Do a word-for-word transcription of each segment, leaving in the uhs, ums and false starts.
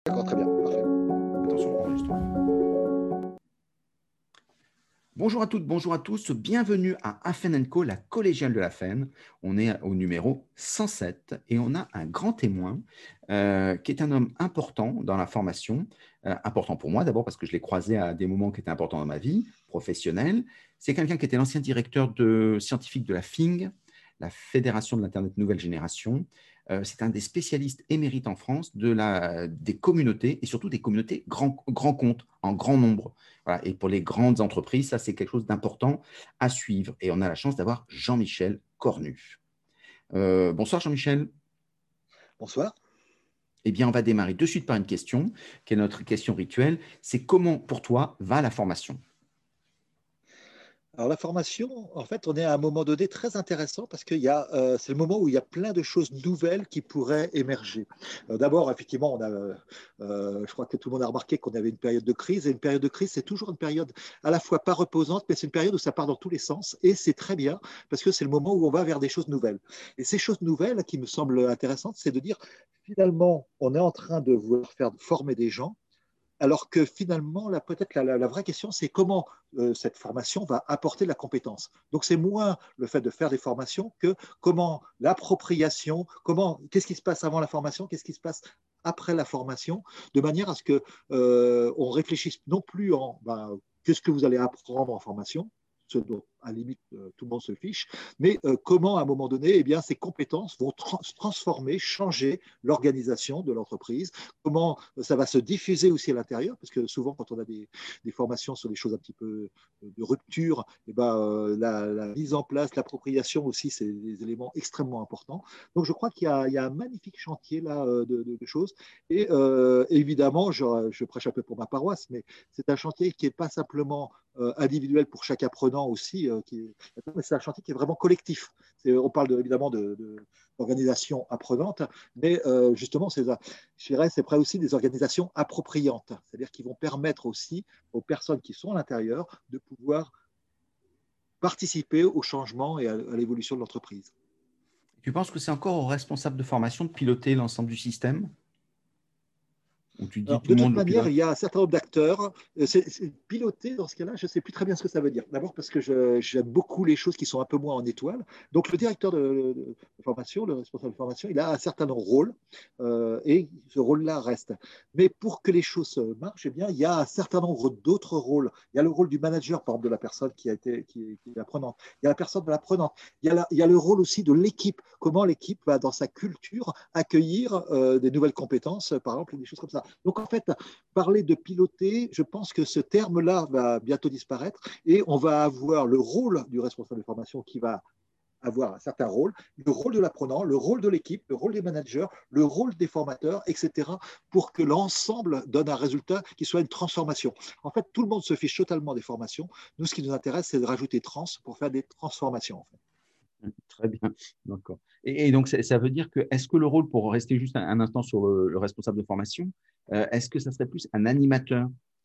D'accord, très bien, parfait. Attention, enregistrement. Bonjour à toutes, bonjour à tous, bienvenue à Afen and Co, la collégiale de l'Afen. On est au numéro cent sept et on a un grand témoin euh, qui est un homme important dans la formation, euh, important pour moi d'abord parce que je l'ai croisé à des moments qui étaient importants dans ma vie professionnelle. C'est quelqu'un qui était l'ancien directeur de, scientifique de la F I N G, la Fédération de l'Internet Nouvelle Génération. Euh, c'est un des spécialistes émérites en France de la, des communautés et surtout des communautés grands grand comptes, en grand nombre. Voilà. Et pour les grandes entreprises, ça, c'est quelque chose d'important à suivre. Et on a la chance d'avoir Jean-Michel Cornu. Euh, bonsoir Jean-Michel. Bonsoir. Eh bien, on va démarrer de suite par une question, qui est notre question rituelle. C'est comment, pour toi, va la formation ? Alors la formation, en fait, on est à un moment donné très intéressant parce que euh, c'est le moment où il y a plein de choses nouvelles qui pourraient émerger. Euh, D'abord, effectivement, on a, euh, je crois que tout le monde a remarqué qu'on avait une période de crise. Et une période de crise, c'est toujours une période à la fois pas reposante, mais c'est une période où ça part dans tous les sens. Et c'est très bien parce que c'est le moment où on va vers des choses nouvelles. Et ces choses nouvelles qui me semblent intéressantes, c'est de dire, finalement, on est en train de vouloir faire former des gens. Alors que finalement, peut-être la, la, la, vraie question, c'est comment euh, cette formation va apporter de la compétence. Donc, c'est moins le fait de faire des formations que comment l'appropriation, comment, qu'est-ce qui se passe avant la formation, qu'est-ce qui se passe après la formation, de manière à ce qu'on euh, réfléchisse non plus en ben, qu'est-ce que vous allez apprendre en formation, ce dont à la limite euh, tout le monde se fiche, mais euh, comment à un moment donné, eh bien, ces compétences vont tra transformer, changer l'organisation de l'entreprise, comment ça va se diffuser aussi à l'intérieur, parce que souvent quand on a des, des formations sur des choses un petit peu de rupture, eh ben, euh, la, la mise en place, l'appropriation aussi, c'est des éléments extrêmement importants. Donc je crois qu'il y, y a un magnifique chantier là de, de, de choses, et euh, évidemment, je, je prêche un peu pour ma paroisse, mais c'est un chantier qui n'est pas simplement euh, individuel pour chaque apprenant aussi, euh, qui est, mais c'est un chantier qui est vraiment collectif. On parle de, évidemment de, de, d'organisation apprenante, mais euh, justement, c'est, je dirais, c'est près aussi des organisations appropriantes, c'est-à-dire qui vont permettre aussi aux personnes qui sont à l'intérieur de pouvoir participer au changement et à, à l'évolution de l'entreprise. Tu penses que c'est encore aux responsables de formation de piloter l'ensemble du système ? Où tu dis Alors, tout de le toute monde le manière, pilote ? il y a un certain nombre d'acteurs. C'est, c'est piloter, dans ce cas-là, je ne sais plus très bien ce que ça veut dire. D'abord parce que je, j'aime beaucoup les choses qui sont un peu moins en étoile. Donc, le directeur de, de, de formation, le responsable de formation, il a un certain rôle euh, et ce rôle-là reste. Mais pour que les choses marchent, eh bien, il y a un certain nombre d'autres rôles. Il y a le rôle du manager, par exemple, de la personne qui, a été, qui, qui est apprenante. Il y a la personne de l'apprenante. Il y a, la, il y a le rôle aussi de l'équipe. Comment l'équipe va, dans sa culture, accueillir euh, des nouvelles compétences, par exemple, des choses comme ça. Donc, en fait, parler de piloter, je pense que ce terme-là va bientôt disparaître et on va avoir le rôle du responsable de formation qui va avoir un certain rôle, le rôle de l'apprenant, le rôle de l'équipe, le rôle des managers, le rôle des formateurs, et cetera, pour que l'ensemble donne un résultat qui soit une transformation. En fait, tout le monde se fiche totalement des formations. Nous, ce qui nous intéresse, c'est de rajouter trans pour faire des transformations. En fait. Très bien, d'accord. Et, et donc, ça, ça veut dire que, est-ce que le rôle, pour rester juste un, un instant sur le, le responsable de formation, euh, est-ce que ça serait plus un animateur ?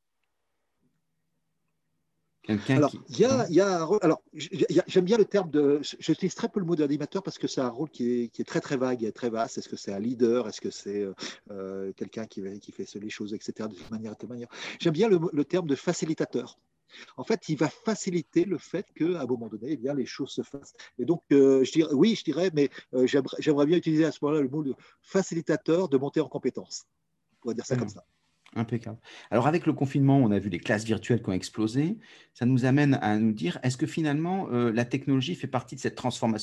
Quelqu'un Alors, qui… il y Non. a, il y a un rôle. Alors, j'aime bien le terme de. J'utilise très peu le mot d'animateur parce que c'est un rôle qui est, qui est très très vague et très vaste. Est-ce que c'est un leader? Est-ce que c'est euh, quelqu'un qui, qui fait les choses, et cetera, de toute manière, de toute manière. J'aime bien le, le terme de facilitateur. En fait, il va faciliter le fait qu'à un moment donné, eh bien, les choses se fassent. Et donc, euh, je dirais, oui, je dirais, mais euh, j'aimerais, j'aimerais bien utiliser à ce moment-là le mot de facilitateur de montée en compétence. On pourrait dire ça comme ça. Impeccable. Alors, avec le confinement, on a vu les classes virtuelles qui ont explosé. Ça nous amène à nous dire, est-ce que finalement, euh, la technologie fait partie de cette transformation ?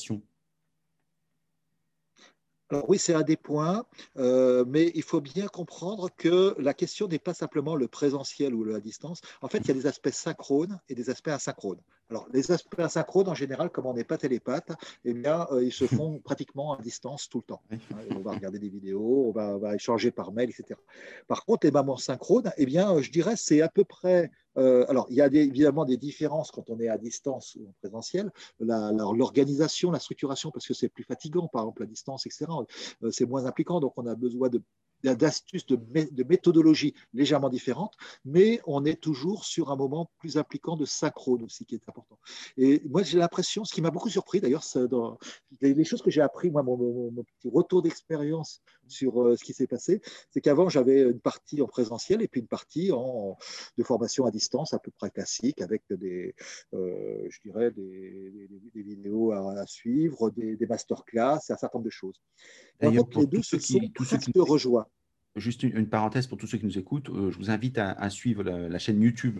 Alors oui, c'est un des points, euh, mais il faut bien comprendre que la question n'est pas simplement le présentiel ou la distance. En fait, il y a des aspects synchrones et des aspects asynchrones. Alors, les aspects asynchrones, en général, comme on n'est pas télépathe, eh bien, euh, ils se font pratiquement à distance tout le temps. Hein, on va regarder des vidéos, on va, on va échanger par mail, et cetera. Par contre, les moments synchrones, eh bien, je dirais, c'est à peu près… Euh, alors, il y a des, évidemment des différences quand on est à distance ou en présentiel. L'organisation, la, la structuration, parce que c'est plus fatigant, par exemple, à distance, et cetera. C'est moins impliquant, donc on a besoin de d'astuces, de, de méthodologie légèrement différentes, mais on est toujours sur un moment plus impliquant de synchrone aussi, qui est important. Et moi, j'ai l'impression, ce qui m'a beaucoup surpris d'ailleurs, dans les, les choses que j'ai appris, moi, mon, mon, mon petit retour d'expérience sur euh, ce qui s'est passé, c'est qu'avant, j'avais une partie en présentiel et puis une partie en, de formation à distance, à peu près classique, avec des, euh, je dirais, des, des, des vidéos à, à suivre, des, des masterclass, un certain nombre de choses. Et en D'ailleurs, fait, les pour deux tous se ceux sont qui, tous ceux qui presque nous écoutent, rejoints. juste une, une parenthèse pour tous ceux qui nous écoutent, euh, je vous invite à, à suivre la, la chaîne YouTube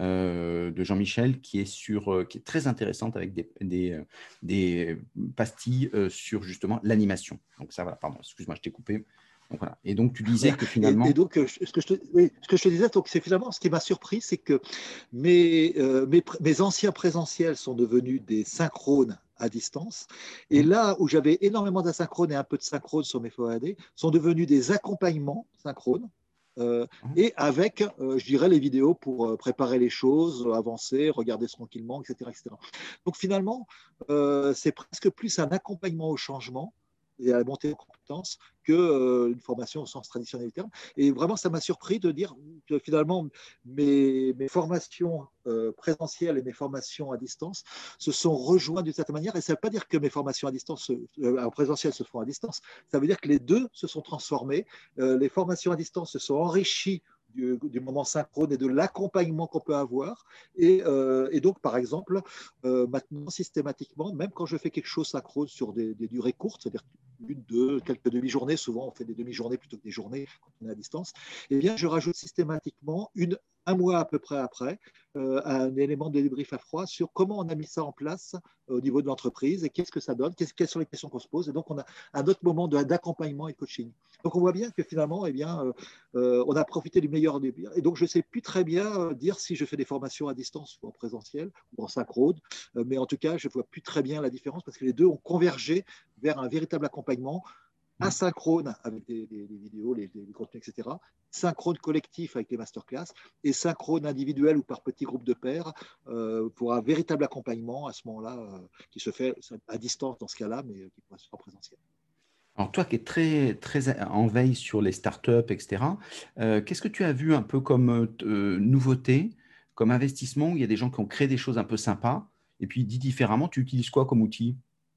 euh, de Jean-Michel qui est, sur, euh, qui est très intéressante avec des, des, euh, des pastilles euh, sur justement l'animation. Donc ça, voilà, pardon, excuse-moi, je t'ai coupé. Donc, voilà. Et donc, tu disais que Et, et finalement… donc, ce que je te, oui, ce que je te disais, c'est finalement ce qui m'a surpris, c'est que mes, euh, mes, mes anciens présentiels sont devenus des synchrones à distance. Et Hum, là où j'avais énormément d'asynchrone et un peu de synchrone sur mes F O A D, sont devenus des accompagnements synchrones. Euh, hum, et avec, euh, je dirais, les vidéos pour euh, préparer les choses, avancer, regarder tranquillement, et cetera, et cetera. Donc finalement, euh, c'est presque plus un accompagnement au changement et à la montée en compétences qu'une euh, formation au sens traditionnel du terme. Et vraiment, ça m'a surpris de dire que finalement, mes, mes formations euh, présentielles et mes formations à distance se sont rejoints d'une certaine manière. Et ça ne veut pas dire que mes formations à distance, euh, en présentiel se font à distance. Ça veut dire que les deux se sont transformés. Euh, les formations à distance se sont enrichies du, du moment synchrone et de l'accompagnement qu'on peut avoir. Et, euh, et, donc, par exemple, euh, maintenant, systématiquement, même quand je fais quelque chose synchrone sur des, des durées courtes, c'est-à-dire une, deux, quelques demi-journées, souvent on fait des demi-journées plutôt que des journées quand on est à distance, eh bien, je rajoute systématiquement une, un mois à peu près après, euh, un élément de débrief à froid sur comment on a mis ça en place au niveau de l'entreprise et qu'est-ce que ça donne, quelles sont les questions qu'on se pose. Et donc, on a un autre moment d'accompagnement et de coaching. Donc, on voit bien que finalement, eh bien, euh, euh, on a profité du meilleur des pires. Et donc, je ne sais plus très bien euh, dire si je fais des formations à distance ou en présentiel ou en synchrone, euh, mais en tout cas, je ne vois plus très bien la différence parce que les deux ont convergé vers un véritable accompagnement hum. asynchrone avec des, des, des vidéos, les, les, contenus, et cetera, synchrone collectif avec les masterclass et synchrone individuel ou par petits groupes de pairs euh, pour un véritable accompagnement à ce moment-là euh, qui se fait à distance dans ce cas-là, mais qui pourrait se faire en présentiel. Alors, toi qui es très, très en veille sur les startups, et cetera, euh, qu'est-ce que tu as vu un peu comme euh, nouveauté, comme investissement, où il y a des gens qui ont créé des choses un peu sympas, et puis dit différemment, tu utilises quoi comme outil?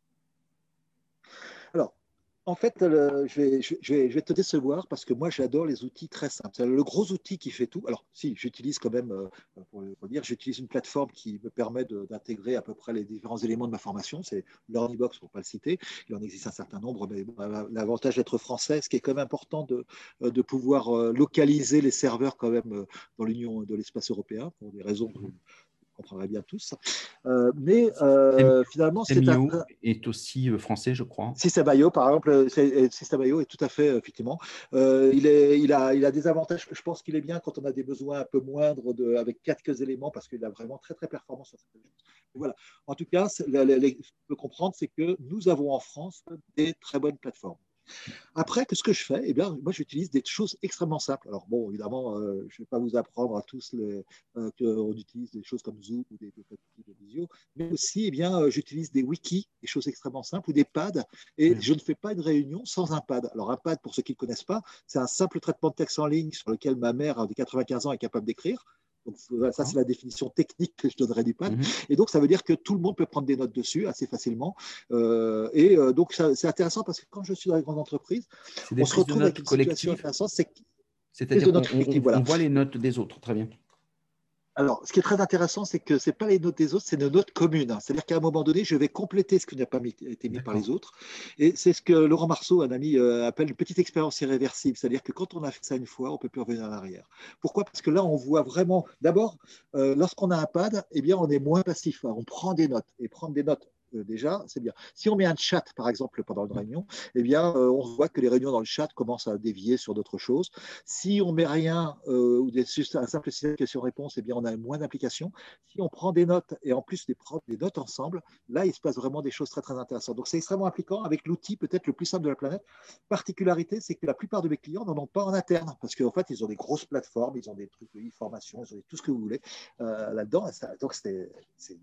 Alors, en fait, le, je, vais, je, vais, je, vais, te décevoir parce que moi, j'adore les outils très simples. Le gros outil qui fait tout, alors si, j'utilise quand même, euh, pour, pour dire, j'utilise une plateforme qui me permet d'intégrer à peu près les différents éléments de ma formation, c'est LearnyBox pour ne pas le citer. Il en existe un certain nombre, mais l'avantage d'être français, ce qui est quand même important de, de pouvoir localiser les serveurs quand même dans l'Union de l'espace européen, pour des raisons que vous comprendrez bien tous. Euh, mais euh, finalement, c'est un... System.io est aussi euh, français, je crois. System.io, par exemple, System.io est tout à fait, effectivement, euh, il, est, il, a, il a des avantages. Je pense qu'il est bien quand on a des besoins un peu moindres de, avec quelques éléments parce qu'il a vraiment très, très performant sur cette chose. Voilà. En tout cas, ce qu'on peut comprendre, c'est que nous avons en France des très bonnes plateformes. Après, qu'est-ce que je fais? Eh bien, moi, j'utilise des choses extrêmement simples. Alors, bon, évidemment, euh, je ne vais pas vous apprendre à tous les, euh, qu'on utilise des choses comme Zoom ou des, des outils de visio, mais aussi, eh bien, euh, j'utilise des wikis, des choses extrêmement simples, ou des pads, et Oui. je ne fais pas une réunion sans un pad. Alors, un pad, pour ceux qui ne connaissent pas, c'est un simple traitement de texte en ligne sur lequel ma mère de quatre-vingt-quinze ans est capable d'écrire. Donc, ça, c'est la définition technique que je donnerais du pad. Mm-hmm. Et donc, ça veut dire que tout le monde peut prendre des notes dessus assez facilement. Euh, et euh, donc, c'est intéressant parce que quand je suis dans les grandes entreprises, C'est des on se prises de retrouve avec notes une situation collectives, intéressante, c'est prise c'est-à-dire de qu'on notes on- collectives. on- Voilà. on voit les notes des autres. Très bien. Alors, ce qui est très intéressant, c'est que ce n'est pas les notes des autres, c'est nos notes communes. C'est-à-dire qu'à un moment donné, je vais compléter ce qui n'a pas mis, été mis par D'accord. les autres. Et c'est ce que Laurent Marceau, un ami, euh, appelle une petite expérience irréversible. C'est-à-dire que quand on a fait ça une fois, on ne peut plus revenir en arrière. Pourquoi? Parce que là, on voit vraiment. D'abord, euh, lorsqu'on a un pad, eh bien, on est moins passif. On prend des notes. Et prendre des notes, euh, déjà, c'est bien. Si on met un chat, par exemple, pendant une réunion, eh bien, euh, on voit que les réunions dans le chat commencent à dévier sur d'autres choses. Si on met rien euh, ou des, un simple système de questions-réponses, eh bien, on a moins d'implication. Si on prend des notes et en plus des, des notes ensemble, là, il se passe vraiment des choses très, très intéressantes. Donc, c'est extrêmement impliquant avec l'outil peut-être le plus simple de la planète. Particularité, c'est que la plupart de mes clients n'en ont pas en interne parce qu'en fait, ils ont des grosses plateformes, ils ont des trucs de e-formation, ils ont des, tout ce que vous voulez euh, là-dedans. Donc, c'est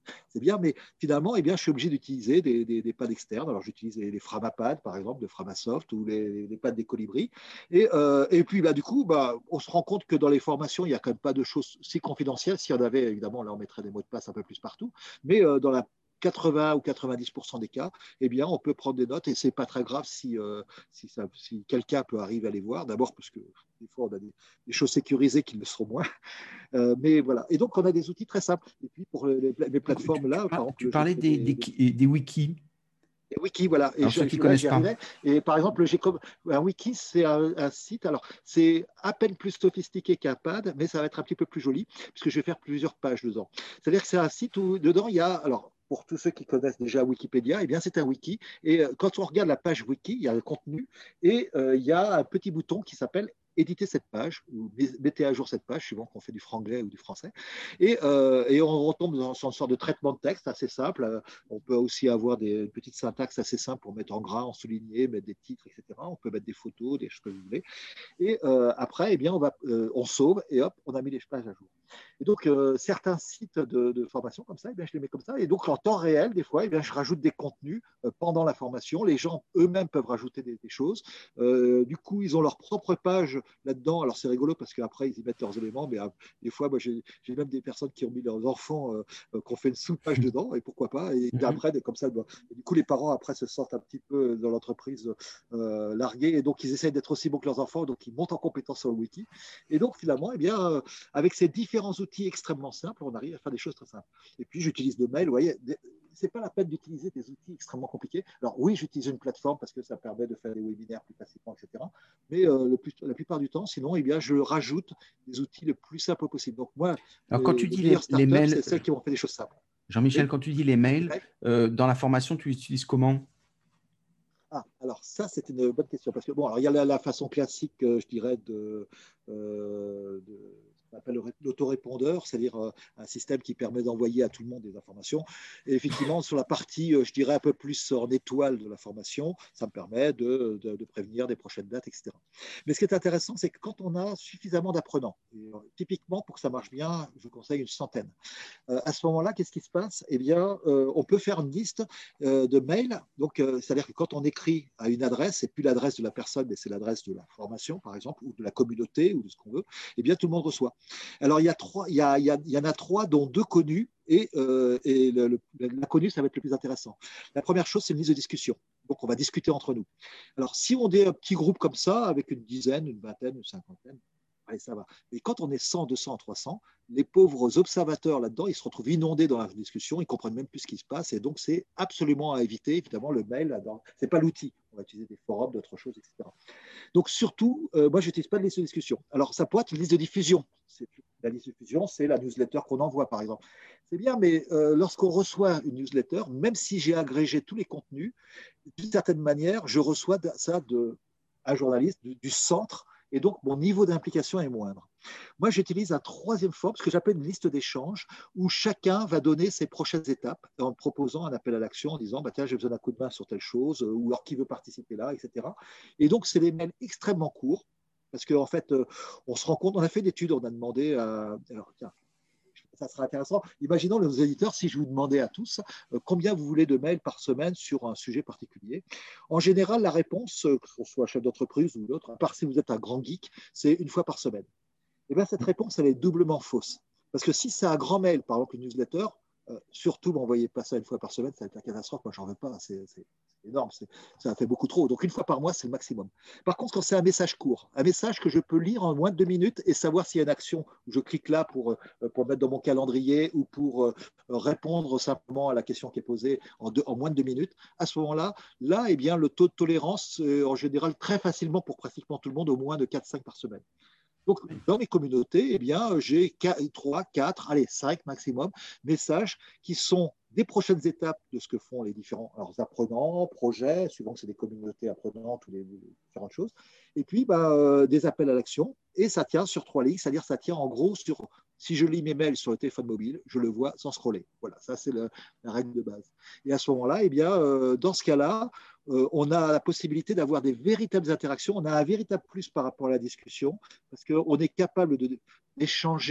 c'est bien, mais finalement, eh bien, je suis obligé d'utiliser des, des, des pads externes. Alors, j'utilise les, les Framapads, par exemple, de Framasoft, ou les, les pads des Colibri. Et, euh, et puis, bah, du coup, bah, on se rend compte que dans les formations, il n'y a quand même pas de choses si confidentielles. S'il y en avait, évidemment, là, on mettrait des mots de passe un peu plus partout. Mais euh, dans la quatre-vingts ou quatre-vingt-dix pour cent des cas, eh bien, on peut prendre des notes et c'est pas très grave si, euh, si, ça, si quelqu'un peut arriver à les voir. D'abord parce que des fois, on a des, des choses sécurisées qui le seront moins. Euh, mais voilà. Et donc, on a des outils très simples. Et puis, pour les, les Tu, tu, plateformes tu là, par- par tu exemple, je parlais fais des, des, des, des qui- des wikis. des wikis, voilà. Et Alors, ceux je, qui ne je- là, connaissent j'y pas. arrivais. Et par exemple, j'ai comme un wiki, c'est un, un site. Alors, c'est à peine plus sophistiqué qu'un pad, mais ça va être un petit peu plus joli, puisque je vais faire plusieurs pages dedans. C'est-à-dire que c'est un site où dedans, il y a. Alors, pour tous ceux qui connaissent déjà Wikipédia, eh bien, c'est un wiki. Et euh, quand on regarde la page wiki, il y a le contenu et euh, il y a un petit bouton qui s'appelle éditer cette page ou mettez à jour cette page, suivant qu'on fait du franglais ou du français. Et, euh, et on retombe dans une sorte de traitement de texte assez simple. On peut aussi avoir des petites syntaxes assez simples pour mettre en gras, en souligner, mettre des titres, et cetera. On peut mettre des photos, des choses que vous voulez. Et euh, après, eh bien, on, va, euh, on sauve et hop, on a mis les pages à jour. Et donc, euh, certains sites de, de formation comme ça, eh bien, je les mets comme ça. Et donc, en temps réel, des fois, eh bien, je rajoute des contenus euh, pendant la formation. Les gens eux-mêmes peuvent rajouter des, des choses. Euh, du coup, ils ont leur propre page là-dedans. Alors, c'est rigolo parce qu'après, ils y mettent leurs éléments. Mais euh, des fois, moi, j'ai, j'ai même des personnes qui ont mis leurs enfants, euh, euh, qui ont fait une sous-page dedans. Et pourquoi pas. Et puis après, comme ça, bah, du coup, les parents, après, se sentent un petit peu dans l'entreprise euh, largués. Et donc, ils essayent d'être aussi bons que leurs enfants. Donc, ils montent en compétence sur le wiki. Et donc, finalement, eh bien, euh, avec ces différents outils extrêmement simples, on arrive à faire des choses très simples. Et puis, j'utilise le mail. Vous voyez, c'est pas la peine d'utiliser des outils extrêmement compliqués. Alors, oui, j'utilise une plateforme parce que ça permet de faire des webinaires plus facilement, et cetera. Mais euh, le plus, la plupart du temps, sinon, eh bien, je rajoute des outils le plus simples possible. Donc, moi, Alors, quand les, tu les dis les, meilleures les startups, mails, c'est celles qui ont fait des choses simples. Jean-Michel, Oui, quand tu dis les mails, okay. euh, dans la formation, tu utilises comment? Ah, alors ça, c'est une bonne question. Parce que, bon, alors, il y a la, la façon classique, euh, je dirais, de, euh, de ce qu'on appelle l'autorépondeur, c'est-à-dire euh, un système qui permet d'envoyer à tout le monde des informations. Et effectivement, sur la partie, euh, je dirais, un peu plus en étoile de la formation, ça me permet de, de, de prévenir des prochaines dates, et cetera. Mais ce qui est intéressant, c'est que quand on a suffisamment d'apprenants, et, euh, typiquement, pour que ça marche bien, je vous conseille une centaine. Euh, à ce moment-là, qu'est-ce qui se passe? Eh bien, euh, on peut faire une liste euh, de mails. Donc, euh, c'est-à-dire que quand on écrit à une adresse, c'est plus l'adresse de la personne, mais c'est l'adresse de la formation, par exemple, ou de la communauté, ou de ce qu'on veut. Eh bien, tout le monde reçoit. Alors, il y a trois, il y, a, il y, a, il y en a trois, dont deux connus. Et, euh, et le, le, l'inconnu, ça va être le plus intéressant. La première chose, c'est une liste de discussion. Donc, on va discuter entre nous. Alors, si on est un petit groupe comme ça, avec une dizaine, une vingtaine, une cinquantaine, allez, ça va. Mais quand on est cent, deux cents, trois cents, les pauvres observateurs là-dedans, ils se retrouvent inondés dans la discussion, ils comprennent même plus ce qui se passe, et donc c'est absolument à éviter. Évidemment, le mail, là-dedans, c'est pas l'outil. On va utiliser des forums, d'autres choses, et cetera. Donc surtout, euh, moi, je n'utilise pas de liste de discussion. Alors, ça peut être une liste de diffusion. C'est, la liste de diffusion, c'est la newsletter qu'on envoie, par exemple. C'est bien, mais euh, lorsqu'on reçoit une newsletter, même si j'ai agrégé tous les contenus, d'une certaine manière, je reçois ça de un journaliste du, du centre, et donc mon niveau d'implication est moindre. Moi, j'utilise un troisième forme, ce que j'appelle une liste d'échange, où chacun va donner ses prochaines étapes en proposant un appel à l'action, en disant bah, tiens, j'ai besoin d'un coup de main sur telle chose, ou alors qui veut participer là, et cetera. Et donc, c'est des mails extrêmement courts, parce qu'en en fait, on se rend compte, on a fait une étude, on a demandé à. Alors, tiens, ça sera intéressant. Imaginons les éditeurs, si je vous demandais à tous euh, combien vous voulez de mails par semaine sur un sujet particulier. En général, la réponse, euh, que ce soit chef d'entreprise ou d'autre, à part si vous êtes un grand geek, c'est une fois par semaine. Et bien, cette réponse, elle est doublement fausse. Parce que si c'est un grand mail, par exemple une newsletter, euh, surtout, m'envoyez pas ça une fois par semaine, ça va être la catastrophe. Moi, j'en veux pas. C'est, c'est, c'est énorme. C'est, ça fait beaucoup trop. Donc, une fois par mois, c'est le maximum. Par contre, quand c'est un message court, un message que je peux lire en moins de deux minutes et savoir s'il y a une action où je clique là pour, euh, pour mettre dans mon calendrier ou pour euh, répondre simplement à la question qui est posée en, deux, en moins de deux minutes, à ce moment-là, là, eh bien, le taux de tolérance, est en général, très facilement pour pratiquement tout le monde, au moins de quatre à cinq par semaine. Donc, dans mes communautés, eh bien, j'ai trois, quatre, allez, cinq maximum messages qui sont des prochaines étapes de ce que font les différents alors, apprenants, projets, suivant que c'est des communautés apprenantes ou des, des différentes choses. Et puis, bah, euh, des appels à l'action. Et ça tient sur trois lignes, c'est-à-dire ça tient en gros sur, si je lis mes mails sur le téléphone mobile, je le vois sans scroller. Voilà, ça c'est le, la règle de base. Et à ce moment-là, eh bien, euh, dans ce cas-là, euh, on a la possibilité d'avoir des véritables interactions. On a un véritable plus par rapport à la discussion parce qu'on est capable de, d'échanger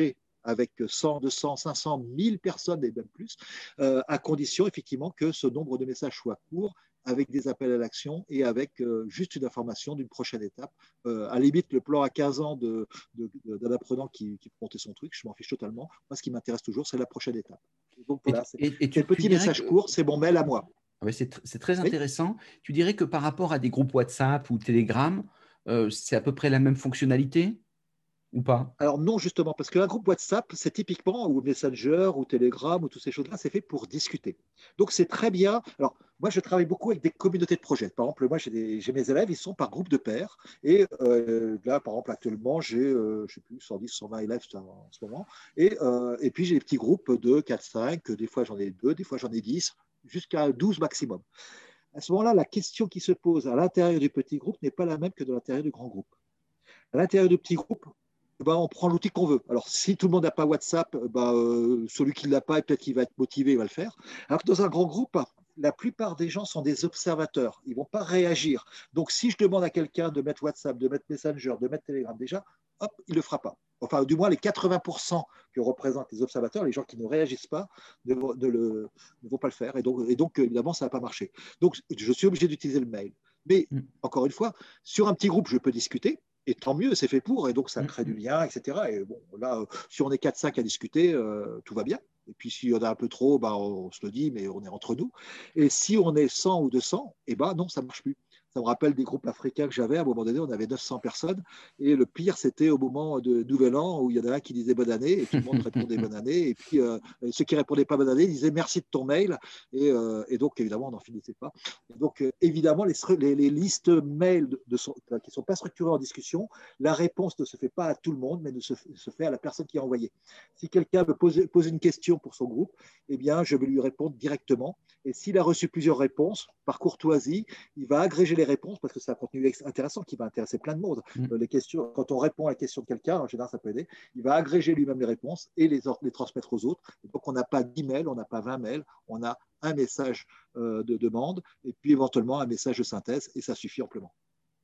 avec cent, deux cents, cinq cents, mille personnes et même plus, euh, à condition effectivement que ce nombre de messages soit court, avec des appels à l'action et avec euh, juste une information d'une prochaine étape. Euh, à la limite, le plan à quinze ans de, de, de, d'un apprenant qui, qui peut monter son truc, je m'en fiche totalement. Moi, ce qui m'intéresse toujours, c'est la prochaine étape. Et donc Et, voilà, c'est, et, et c'est tu, le tu petit dirais message que… court, c'est mon mail à moi. Ouais, c'est, c'est très Oui. intéressant. Tu dirais que par rapport à des groupes WhatsApp ou Telegram, euh, c'est à peu près la même fonctionnalité ou pas? Alors non, justement, parce qu'un groupe WhatsApp, c'est typiquement, ou Messenger, ou Telegram, ou toutes ces choses-là, c'est fait pour discuter. Donc c'est très bien. Alors moi, je travaille beaucoup avec des communautés de projets. Par exemple, moi, j'ai, des, j'ai mes élèves, ils sont par groupe de pairs. Et euh, là, par exemple, actuellement, j'ai, euh, je sais plus, cent dix, cent vingt élèves en ce moment. Et, euh, et puis, j'ai des petits groupes de quatre, cinq, des fois j'en ai deux, des fois j'en ai dix, jusqu'à douze maximum. À ce moment-là, la question qui se pose à l'intérieur du petit groupe n'est pas la même que de l'intérieur du grand groupe. À l'intérieur du petit groupe, ben, on prend l'outil qu'on veut. Alors, si tout le monde n'a pas WhatsApp, ben, euh, celui qui ne l'a pas, peut-être qu'il va être motivé, il va le faire. Alors que dans un grand groupe, la plupart des gens sont des observateurs. Ils ne vont pas réagir. Donc, si je demande à quelqu'un de mettre WhatsApp, de mettre Messenger, de mettre Telegram, déjà, hop, il ne le fera pas. Enfin, du moins, les quatre-vingts pour cent que représentent les observateurs, les gens qui ne réagissent pas, ne, ne, le, ne vont pas le faire. Et donc, et donc évidemment, ça ne va pas marcher. Donc, je suis obligé d'utiliser le mail. Mais, encore une fois, sur un petit groupe, je peux discuter. Et tant mieux, c'est fait pour, et donc ça crée du lien, et cetera. Et bon, là, euh, si on est quatre cinq à discuter, euh, tout va bien. Et puis s'il y en a un peu trop, bah, on, on se le dit, mais on est entre nous. Et si on est cent ou deux cents, eh ben non, ça ne marche plus. Ça me rappelle des groupes africains que j'avais. À un moment donné, on avait neuf cents personnes. Et le pire, c'était au moment de Nouvel An, où il y en a un qui disait bonne année, et tout le monde répondait bonne année. Et puis euh, ceux qui ne répondaient pas bonne année disaient merci de ton mail. Et, euh, et donc, évidemment, on n'en finissait pas. Et donc, euh, évidemment, les, les, les listes mail de, de son, qui ne sont pas structurées en discussion, la réponse ne se fait pas à tout le monde, mais ne se, se fait à la personne qui a envoyé. Si quelqu'un me pose, pose une question pour son groupe, eh bien, je vais lui répondre directement. Et s'il a reçu plusieurs réponses, par courtoisie, il va agréger les réponses parce que c'est un contenu intéressant qui va intéresser plein de monde. Mm. Les questions, quand on répond à la question de quelqu'un, en général, ça peut aider. Il va agréger lui-même les réponses et les, les transmettre aux autres. Et donc, on n'a pas dix mails, on n'a pas vingt mails, on a un message euh, de demande et puis éventuellement un message de synthèse et ça suffit amplement.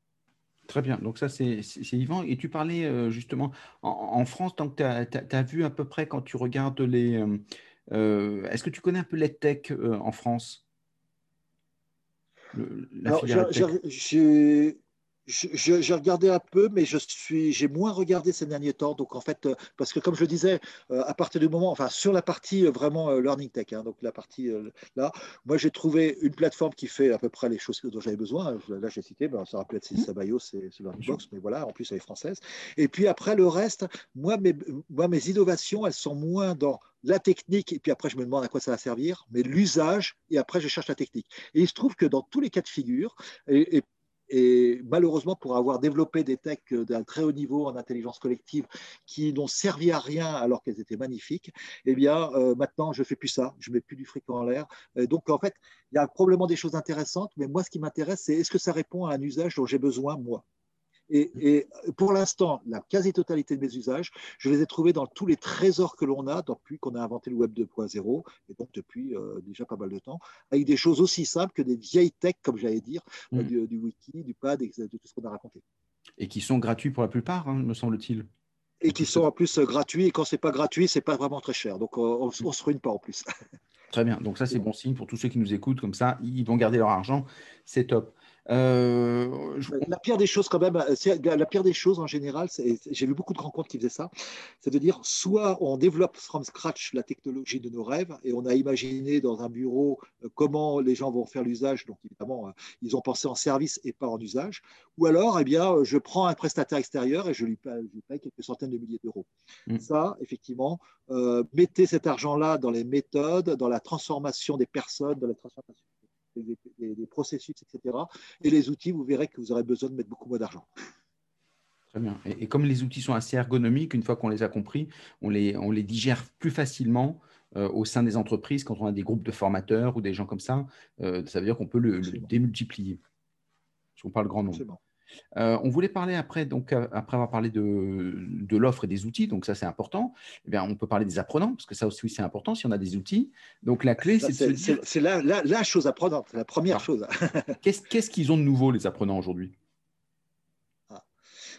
Très bien, donc ça c'est Yvan. Et tu parlais euh, justement en, en France, donc tu as vu à peu près quand tu regardes les… Euh, euh, est-ce que tu connais un peu l'EdTech euh, en France, le, la Alors, filière EdTech? j'ai j'ai regardé un peu, mais je suis, j'ai moins regardé ces derniers temps. Donc, en fait, euh, parce que comme je le disais, euh, à partir du moment, enfin, sur la partie euh, vraiment euh, Learning Tech, hein, donc la partie euh, là, moi, j'ai trouvé une plateforme qui fait à peu près les choses dont j'avais besoin. Là, j'ai cité, ben, ça aurait pu être Sabayo, c'est Learning Box, mais voilà, en plus, elle est française. Et puis après, le reste, moi mes, moi, mes innovations, elles sont moins dans la technique, et puis après, je me demande à quoi ça va servir, mais l'usage, et après, je cherche la technique. Et il se trouve que dans tous les cas de figure, et, et et malheureusement, pour avoir développé des techs d'un très haut niveau en intelligence collective qui n'ont servi à rien alors qu'elles étaient magnifiques, eh bien, euh, maintenant, je ne fais plus ça. Je ne mets plus du fric en l'air. Et donc, en fait, il y a probablement des choses intéressantes, mais moi, ce qui m'intéresse, c'est est-ce que ça répond à un usage dont j'ai besoin, moi? Et, et, pour l'instant, la quasi-totalité de mes usages, je les ai trouvés dans tous les trésors que l'on a depuis qu'on a inventé le Web deux point zéro, et donc depuis euh, déjà pas mal de temps, avec des choses aussi simples que des vieilles techs, comme j'allais dire, euh, du, du wiki, du pad, et de tout ce qu'on a raconté. Et qui sont gratuits pour la plupart, hein, me semble-t-il. Et qui sont en plus euh, gratuits, et quand c'est pas gratuit, c'est pas vraiment très cher. Donc on ne se ruine pas en plus. Très bien, donc ça c'est bon signe pour tous ceux qui nous écoutent, comme ça ils vont garder leur argent, c'est top. Euh, je... La pire des choses quand même, la pire des choses en général, j'ai vu beaucoup de rencontres qui faisaient ça, c'est de dire soit on développe from scratch la technologie de nos rêves et on a imaginé dans un bureau comment les gens vont faire l'usage, donc évidemment ils ont pensé en service et pas en usage, ou alors eh bien je prends un prestataire extérieur et je lui paye, je lui paye quelques centaines de milliers d'euros. Mm. Ça, effectivement, euh, mettez cet argent-là dans les méthodes, dans la transformation des personnes, dans la transformation Des, des, des processus, et cetera. Et les outils, vous verrez que vous aurez besoin de mettre beaucoup moins d'argent. Très bien. Et, et comme les outils sont assez ergonomiques, une fois qu'on les a compris, on les, on les digère plus facilement euh, au sein des entreprises quand on a des groupes de formateurs ou des gens comme ça. Euh, ça veut dire qu'on peut le, le démultiplier. Si on parle grand nombre. Euh, on voulait parler après, donc après avoir parlé de, de l'offre et des outils, donc ça c'est important. Eh bien, on peut parler des apprenants, parce que ça aussi c'est important si on a des outils. Donc la clé, c'est de se dire… C'est la, la, la chose apprenante, la première Alors, chose. Qu'est-ce qu'est-ce qu'ils ont de nouveau, les apprenants, aujourd'hui? ah.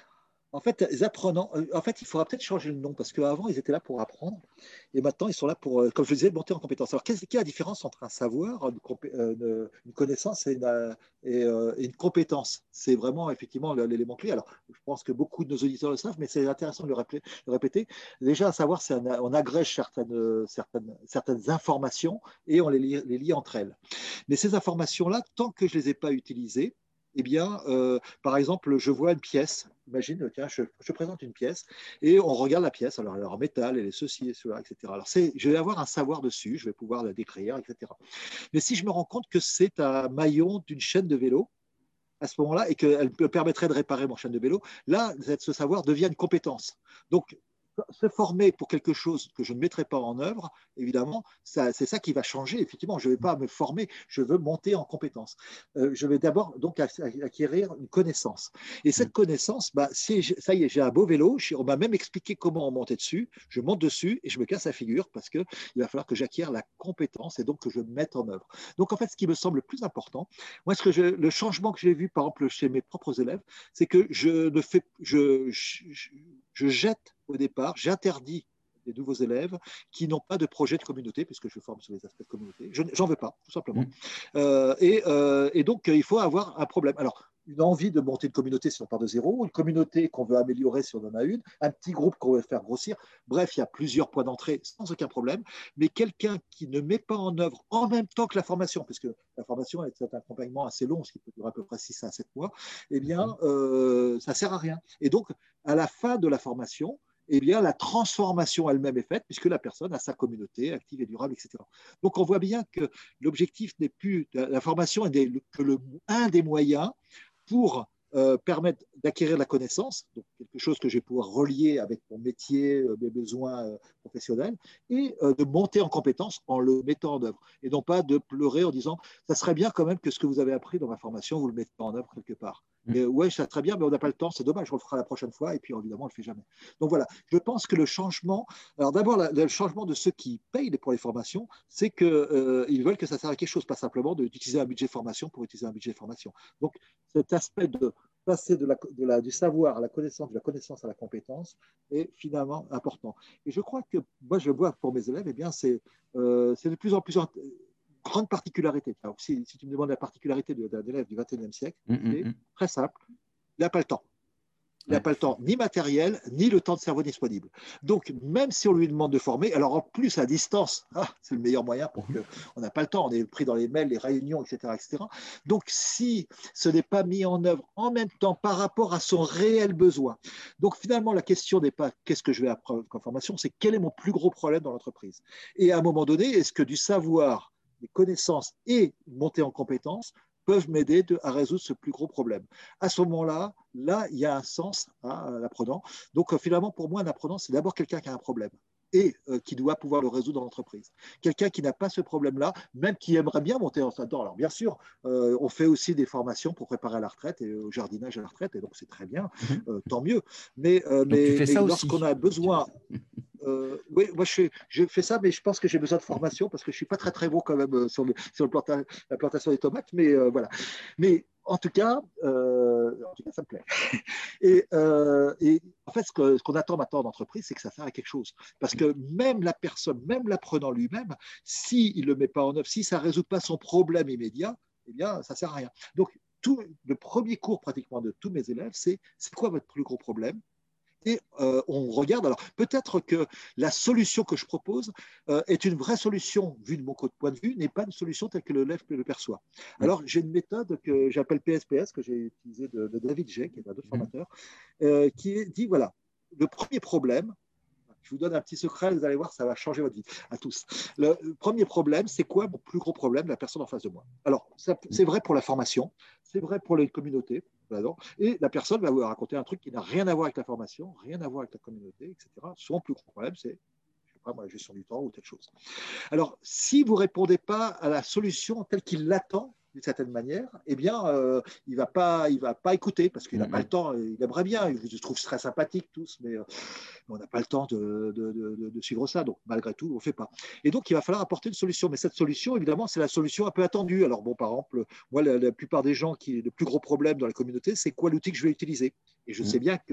En fait, les apprenants, euh, en fait, il faudra peut-être changer le nom parce qu'avant, ils étaient là pour apprendre et maintenant, ils sont là pour, euh, comme je le disais, monter en compétence. Alors, qu'est-ce- quelle est la différence entre un savoir, une, compé- euh, une- une connaissance et une, euh, et, euh, et une compétence? C'est vraiment, effectivement, le- l'élément clé. Alors, je pense que beaucoup de nos auditeurs le savent, mais c'est intéressant de le, rappeler- de le répéter. Déjà, un savoir, c'est un- on agrège certaines, certaines, certaines informations et on les lie, les lie entre elles. Mais ces informations-là, tant que je ne les ai pas utilisées, eh bien, euh, par exemple, je vois une pièce. Imagine, tiens, je, je, présente une pièce et on regarde la pièce. Alors, elle est en métal, elle est ceci et cela, et cetera. Alors, c'est, je vais avoir un savoir dessus, je vais pouvoir la décrire, et cetera. Mais si je me rends compte que c'est un maillon d'une chaîne de vélo, à ce moment-là, et qu'elle me permettrait de réparer mon chaîne de vélo, là, ce savoir devient une compétence. Donc, se former pour quelque chose que je ne mettrai pas en œuvre, évidemment, ça, c'est ça qui va changer. Effectivement, je ne vais pas me former, je veux monter en compétence. Euh, je vais d'abord donc acquérir une connaissance. Et cette connaissance, bah, si ça y est, j'ai un beau vélo, on m'a même expliqué comment on montait dessus, je monte dessus et je me casse la figure parce qu'il va falloir que j'acquière la compétence et donc que je mette en œuvre. Donc en fait, ce qui me semble le plus important, moi, ce que je, le changement que j'ai vu, par exemple, chez mes propres élèves, c'est que je ne fais, je, je, je jette au départ, j'interdis des nouveaux élèves qui n'ont pas de projet de communauté, puisque je forme sur les aspects de communauté. Je n'en veux pas, tout simplement. Mmh. Euh, et, euh, et donc, il faut avoir un problème. Alors, une envie de monter une communauté si on part de zéro, une communauté qu'on veut améliorer si on en a une, un petit groupe qu'on veut faire grossir. Bref, il y a plusieurs points d'entrée sans aucun problème. Mais quelqu'un qui ne met pas en œuvre en même temps que la formation, puisque la formation est un accompagnement assez long, ce qui peut durer à peu près six à sept mois, eh bien, euh, ça ne sert à rien. Et donc, à la fin de la formation, eh bien, la transformation elle-même est faite puisque la personne a sa communauté active et durable, et cetera. Donc, on voit bien que l'objectif n'est plus, la formation est que le, un des moyens pour euh, permettre d'acquérir la connaissance, donc quelque chose que je vais pouvoir relier avec mon métier, euh, mes besoins euh, professionnels, et euh, de monter en compétence en le mettant en œuvre. Et non pas de pleurer en disant, ça serait bien quand même que ce que vous avez appris dans ma formation, vous le mettez en œuvre quelque part. Et, ouais, ça serait bien, mais on n'a pas le temps, c'est dommage, on le fera la prochaine fois, et puis évidemment, on ne le fait jamais. Donc voilà, je pense que le changement, alors d'abord, le changement de ceux qui payent pour les formations, c'est qu'ils euh, veulent que ça serve à quelque chose, pas simplement d'utiliser un budget formation pour utiliser un budget formation. Donc cet aspect de passer de la, de la, du savoir à la connaissance, de la connaissance à la compétence est finalement important. Et je crois que moi, je vois pour mes élèves, eh bien, c'est euh, de plus en plus grande particularité. Alors, si, si tu me demandes la particularité d'un élève du vingt et unième siècle, mmh, c'est mmh. très simple, il n'a pas le temps. Il n'a ouais. pas le temps ni matériel, ni le temps de cerveau disponible. Donc, même si on lui demande de former, alors en plus à distance, ah, c'est le meilleur moyen pour qu'on n'a pas le temps, on est pris dans les mails, les réunions, et cetera, et cetera. Donc, si ce n'est pas mis en œuvre en même temps par rapport à son réel besoin, donc finalement, la question n'est pas qu'est-ce que je vais apprendre comme formation, c'est quel est mon plus gros problème dans l'entreprise. Et à un moment donné, est-ce que du savoir, des connaissances et une montée en compétences peuvent m'aider à résoudre ce plus gros problème. À ce moment-là, là, il y a un sens à l'apprenant. Donc, euh, finalement, pour moi, un apprenant, c'est d'abord quelqu'un qui a un problème et euh, qui doit pouvoir le résoudre dans l'entreprise. Quelqu'un qui n'a pas ce problème-là, même qui aimerait bien monter en temps. Alors, bien sûr, euh, on fait aussi des formations pour préparer à la retraite et au jardinage à la retraite, et donc c'est très bien, euh, tant mieux. Mais, euh, mais, mais lorsqu'on a besoin... Euh, oui, moi je fais, je fais ça, mais je pense que j'ai besoin de formation parce que je ne suis pas très très bon quand même sur, le, sur le planta, la plantation des tomates, mais euh, voilà. Mais en tout cas, euh, en tout cas, ça me plaît. Et, euh, et en fait, ce qu'on ce qu'on attend maintenant d'entreprise, c'est que ça sert à quelque chose. Parce que même la personne, même l'apprenant lui-même, s'il ne le met pas en œuvre, si ça ne résout pas son problème immédiat, eh bien, ça ne sert à rien. Donc, tout, le premier cours pratiquement de tous mes élèves, c'est c'est quoi votre plus gros problème? Et euh, on regarde, alors peut-être que la solution que je propose euh, est une vraie solution, vu de mon point de vue, n'est pas une solution telle que l'élève le perçoit. Alors j'ai une méthode que j'appelle P S P S, que j'ai utilisée de, de David Jay, qui est un autre formateur, euh, qui dit, voilà, le premier problème, je vous donne un petit secret, vous allez voir, ça va changer votre vie, à tous. Le, le premier problème, c'est quoi mon plus gros problème, la personne en face de moi? Alors, c'est vrai pour la formation, c'est vrai pour les communautés, et la personne va vous raconter un truc qui n'a rien à voir avec la formation, rien à voir avec la communauté, et cetera. Son plus gros problème, c'est, je sais pas moi, la gestion du temps ou telle chose. Alors, si vous ne répondez pas à la solution telle qu'il l'attend, d'une certaine manière, eh bien, euh, il ne va pas, il va pas écouter parce qu'il n'a mm-hmm. pas le temps. Il aimerait bien, il se trouve très sympathique tous, mais euh, on n'a pas le temps de, de, de, de suivre ça. Donc, malgré tout, on ne fait pas. Et donc, il va falloir apporter une solution. Mais cette solution, évidemment, c'est la solution un peu attendue. Alors, bon, par exemple, moi, la, la plupart des gens qui ont le plus gros problème dans la communauté, c'est quoi l'outil que je vais utiliser? Et je mm-hmm. sais bien que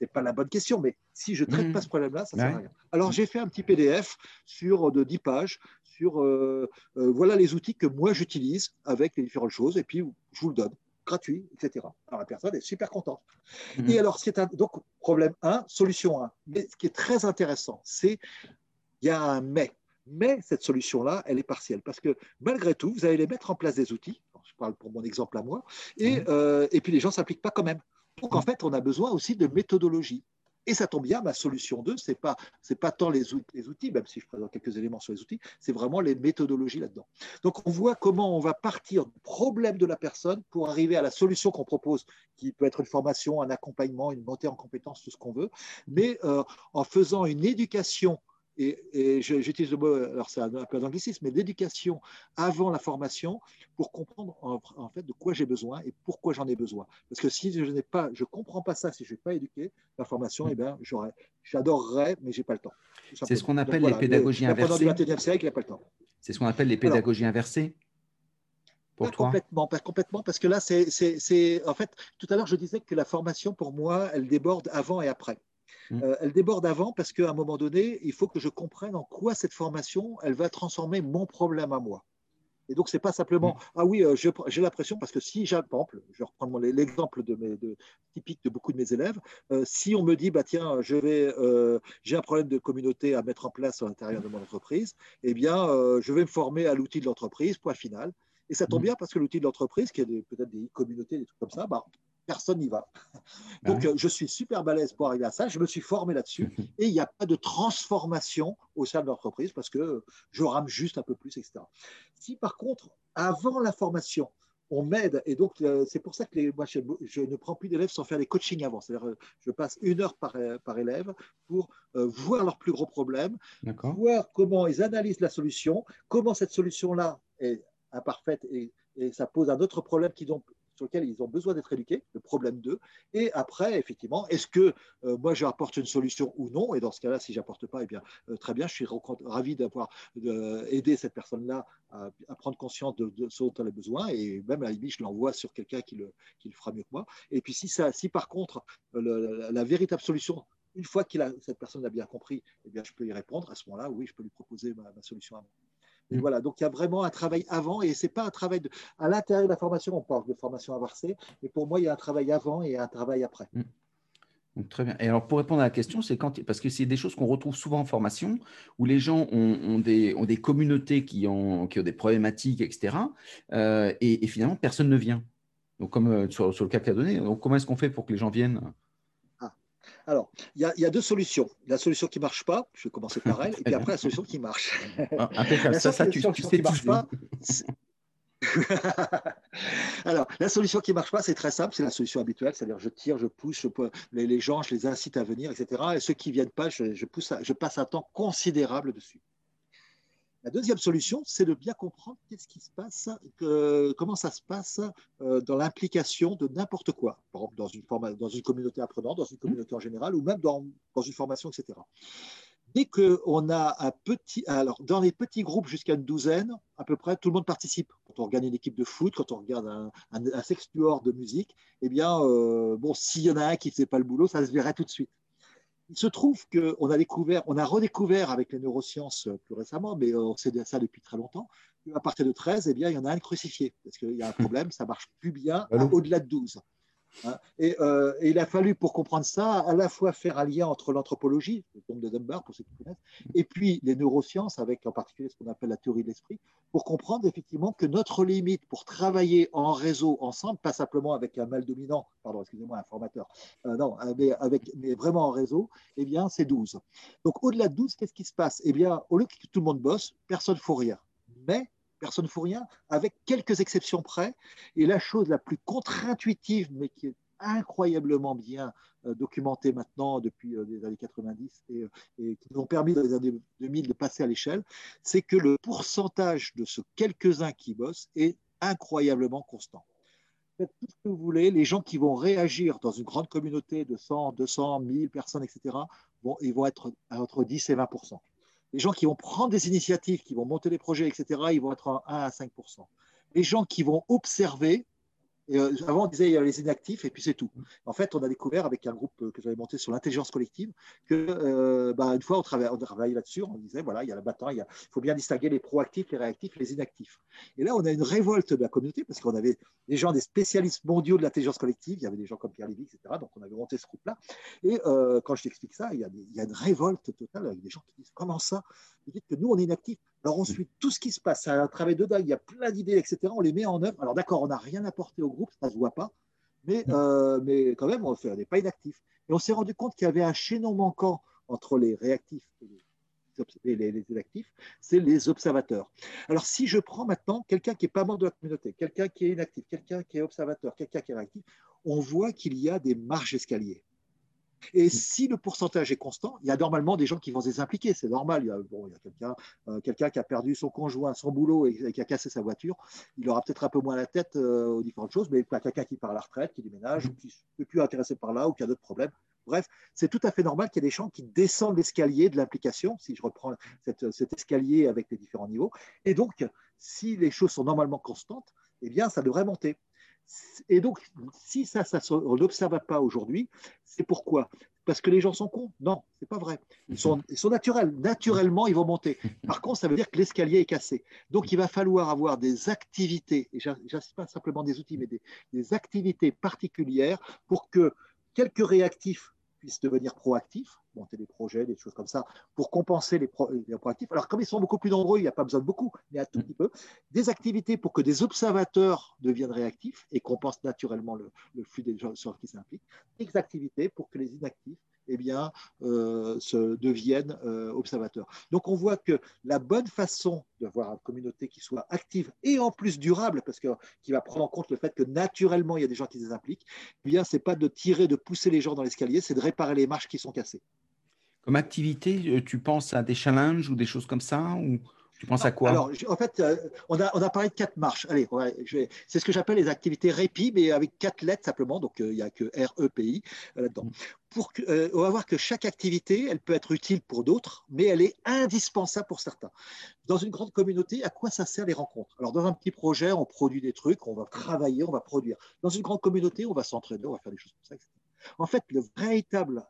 n'est pas la bonne question, mais si je ne traite Mmh. pas ce problème-là, ça ne Ouais. sert à rien. Alors, Mmh. j'ai fait un petit P D F sur, de dix pages sur euh, euh, voilà les outils que moi j'utilise avec les différentes choses, et puis je vous le donne, gratuit, et cetera. Alors, la personne est super contente. Et Mmh. alors, c'est un, donc, problème un, solution un. Mais ce qui est très intéressant, c'est il y a un mais. Mais cette solution-là, elle est partielle. Parce que malgré tout, vous allez les mettre en place des outils. Je parle pour mon exemple à moi. Et, Ouais. euh, et puis les gens ne s'appliquent pas quand même. Donc en Mmh. fait, on a besoin aussi de méthodologie. Et ça tombe bien, ma solution deux, ce n'est pas, c'est pas tant les outils, les outils, même si je présente quelques éléments sur les outils, c'est vraiment les méthodologies là-dedans. Donc on voit comment on va partir du problème de la personne pour arriver à la solution qu'on propose, qui peut être une formation, un accompagnement, une montée en compétences, tout ce qu'on veut, mais euh, en faisant une éducation et, et j'utilise le mot, alors c'est un peu d'anglicisme, mais l'éducation avant la formation pour comprendre en, en fait de quoi j'ai besoin et pourquoi j'en ai besoin. Parce que si je n'ai pas, je comprends pas ça, si je ne suis pas éduqué, la formation, eh bien, j'aurais, j'adorerais, mais j'ai pas le temps. Tout C'est ce simplement. qu'on Donc appelle les voilà, le, pédagogies l'apprenant du inversées. vingt et unième siècle, il n'a pas le temps. C'est ce qu'on appelle les Alors, pédagogies inversées pour pas toi. complètement, pas complètement, parce que là, c'est, c'est, c'est, en fait, tout à l'heure, je disais que la formation, pour moi, elle déborde avant et après. Mmh. Euh, elle déborde avant parce qu'à un moment donné, il faut que je comprenne en quoi cette formation, elle va transformer mon problème à moi. Et donc, ce n'est pas simplement, Mmh. ah oui, euh, je, j'ai l'impression, parce que si j'apprends, je vais reprendre l'exemple de mes, de, typique de beaucoup de mes élèves, euh, si on me dit, bah, tiens, je vais, euh, j'ai un problème de communauté à mettre en place à l'intérieur de mon entreprise, eh bien, euh, je vais me former à l'outil de l'entreprise, point final. Et ça tombe Mmh. bien parce que l'outil de l'entreprise, qui est peut-être des communautés, des trucs comme ça, bah, personne n'y va. Bah Donc, ouais. euh, je suis super balèze pour arriver à ça. Je me suis formé là-dessus et il n'y a pas de transformation au sein de l'entreprise parce que je rame juste un peu plus, et cetera. Si par contre, avant la formation, on m'aide, et donc euh, c'est pour ça que les, moi, je, je, ne prends plus d'élèves sans faire des coachings avant. C'est-à-dire, euh, je passe une heure par, par élève pour euh, voir leurs plus gros problèmes, D'accord. voir comment ils analysent la solution, comment cette solution-là est imparfaite et, et ça pose un autre problème qu'ils ont sur lequel ils ont besoin d'être éduqués, le problème d'eux. Et après, effectivement, est-ce que euh, moi j'apporte une solution ou non? Et dans ce cas-là, si j'apporte pas, eh bien euh, très bien, je suis ravi d'avoir euh, aidé cette personne-là à, à prendre conscience de, de ce dont elle a besoin. Et même à la limite, je l'envoie sur quelqu'un qui le, qui le fera mieux que moi. Et puis si, ça, si par contre, le, la, la véritable solution, une fois que cette personne l'a bien compris, eh bien, je peux y répondre. À ce moment-là, oui, je peux lui proposer ma, ma solution à moi. Et Mmh. voilà, donc il y a vraiment un travail avant et ce n'est pas un travail de, à l'intérieur de la formation, on parle de formation inversée, mais pour moi, il y a un travail avant et un travail après. Mmh. Donc, très bien. Et alors, pour répondre à la question, c'est quand, parce que c'est des choses qu'on retrouve souvent en formation, où les gens ont, ont, des, ont des communautés qui ont, qui ont des problématiques, et cetera. Euh, et, et finalement, personne ne vient. Donc, comme euh, sur, sur le cas que tu as donné, donc comment est-ce qu'on fait pour que les gens viennent? Ah. Alors, il y, y a deux solutions. La solution qui ne marche pas, je vais commencer par elle, et Très puis bien. après la solution qui marche. Ah, impeccable. La Ça, ça, tu, tu solution sais qui ne marche teaser. pas, alors, la solution qui ne marche pas, c'est très simple, c'est la solution habituelle, c'est-à-dire je tire, je pousse, je, les, les gens, je les incite à venir, et cetera. Et ceux qui ne viennent pas, je, je, pousse à, je passe un temps considérable dessus. La deuxième solution, c'est de bien comprendre qu'est-ce qui se passe, que, comment ça se passe euh, dans l'implication de n'importe quoi, par exemple dans une, forma, dans une communauté apprenante, dans une communauté en général, ou même dans, dans une formation, et cetera. Dès qu'on a un petit, alors dans les petits groupes jusqu'à une douzaine, à peu près, tout le monde participe. Quand on regarde une équipe de foot, quand on regarde un, un, un sextuor de musique, eh bien, euh, bon, s'il y en a un qui ne fait pas le boulot, ça se verrait tout de suite. Il se trouve qu'on a découvert, on a redécouvert avec les neurosciences plus récemment, mais on sait ça depuis très longtemps, qu'à partir de treize, eh bien, il y en a un crucifié, parce qu'il y a un problème, ça ne marche plus bien au-delà de douze. Et, euh, et il a fallu, pour comprendre ça, à la fois faire un lien entre l'anthropologie, le tombe de Dunbar, pour ceux qui connaissent, et puis les neurosciences, avec en particulier ce qu'on appelle la théorie de l'esprit, pour comprendre effectivement que notre limite pour travailler en réseau ensemble, pas simplement avec un mâle dominant, pardon, excusez-moi, un formateur, euh, non, mais, avec, mais vraiment en réseau, eh bien, c'est douze. Donc, au-delà de douze, qu'est-ce qui se passe? Eh bien, au lieu que tout le monde bosse, personne ne fout rien. Mais personne ne fout rien, avec quelques exceptions près. Et la chose la plus contre-intuitive, mais qui est incroyablement bien euh, documentée maintenant depuis euh, les années quatre-vingt-dix et, et qui nous ont permis dans les années deux mille de passer à l'échelle, c'est que le pourcentage de ce quelques-uns qui bossent est incroyablement constant. Faites tout ce que vous voulez, les gens qui vont réagir dans une grande communauté de cent, deux cents, mille personnes, et cetera, bon, ils vont être entre dix et vingt pour cent. Les gens qui vont prendre des initiatives, qui vont monter des projets, et cetera, ils vont être à un à cinq pour cent. Les gens qui vont observer, Et, euh, avant, on disait il y a les inactifs et puis c'est tout. En fait, on a découvert avec un groupe que j'avais monté sur l'intelligence collective que, euh, bah, une fois, on travaillait, on travaillait là-dessus, on disait voilà, il y a là-bas, il faut bien distinguer les proactifs, les réactifs, les inactifs. Et là, on a une révolte de la communauté parce qu'on avait des gens, des spécialistes mondiaux de l'intelligence collective, il y avait des gens comme Pierre Lévy, et cetera. Donc, on avait monté ce groupe-là. Et euh, quand je t'explique ça, il y, a des, il y a une révolte totale avec des gens qui disent comment ça? Vous dites que nous, on est inactifs. Alors, on suit tout ce qui se passe. C'est un travail de dingue. Il y a plein d'idées, et cetera. On les met en œuvre. Alors, d'accord, on n'a rien apporté au groupe, ça ne se voit pas. Mais, euh, mais quand même, on n'est pas inactif. Et on s'est rendu compte qu'il y avait un chaînon manquant entre les réactifs et les, les, les inactifs, c'est les observateurs. Alors, si je prends maintenant quelqu'un qui n'est pas membre de la communauté, quelqu'un qui est inactif, quelqu'un qui est observateur, quelqu'un qui est réactif, on voit qu'il y a des marges d'escalier. Et si le pourcentage est constant, il y a normalement des gens qui vont se désimpliquer. C'est normal. Il y a, bon, il y a quelqu'un euh, quelqu'un qui a perdu son conjoint, son boulot et, et qui a cassé sa voiture. Il aura peut-être un peu moins la tête euh, aux différentes choses, mais quelqu'un qui part à la retraite, qui déménage, ou qui n'est plus intéressé par là, ou qui a d'autres problèmes. Bref, c'est tout à fait normal qu'il y ait des gens qui descendent l'escalier de l'implication, si je reprends cette, cet escalier avec les différents niveaux. Et donc, si les choses sont normalement constantes, eh bien, ça devrait monter. Et donc, si ça, ça on n'observe pas aujourd'hui, c'est pourquoi? Parce que les gens sont cons? Non, c'est pas vrai. Ils sont, ils sont naturels. Naturellement, ils vont monter. Par contre, ça veut dire que l'escalier est cassé. Donc, il va falloir avoir des activités, et j'insiste pas simplement des outils, mais des, des activités particulières pour que quelques réactifs puissent devenir proactifs, monter des projets, des choses comme ça, pour compenser les, pro, les proactifs. Alors, comme ils sont beaucoup plus nombreux, il n'y a pas besoin de beaucoup, mais un tout petit peu. Des activités pour que des observateurs deviennent réactifs et compensent naturellement le, le flux des gens qui s'impliquent. Des activités pour que les inactifs eh bien, euh, se deviennent euh, observateurs. Donc, on voit que la bonne façon d'avoir une communauté qui soit active et en plus durable, parce que qui va prendre en compte le fait que naturellement, il y a des gens qui se impliquent, eh bien, c'est pas de tirer, de pousser les gens dans l'escalier, c'est de réparer les marches qui sont cassées. Comme activité, tu penses à des challenges ou des choses comme ça, ou tu penses Non, à quoi? alors, en fait, euh, on, a, on a parlé de quatre marches. Allez, c'est ce que j'appelle les activités répit, mais avec quatre lettres simplement. Donc, euh, il n'y a que R E P I euh, là-dedans. Pour que, euh, on va voir que chaque activité, elle peut être utile pour d'autres, mais elle est indispensable pour certains. Dans une grande communauté, à quoi ça sert les rencontres? Alors, dans un petit projet, on produit des trucs, on va travailler, on va produire. Dans une grande communauté, on va s'entraîner, on va faire des choses comme ça, et cetera. En fait, le véritable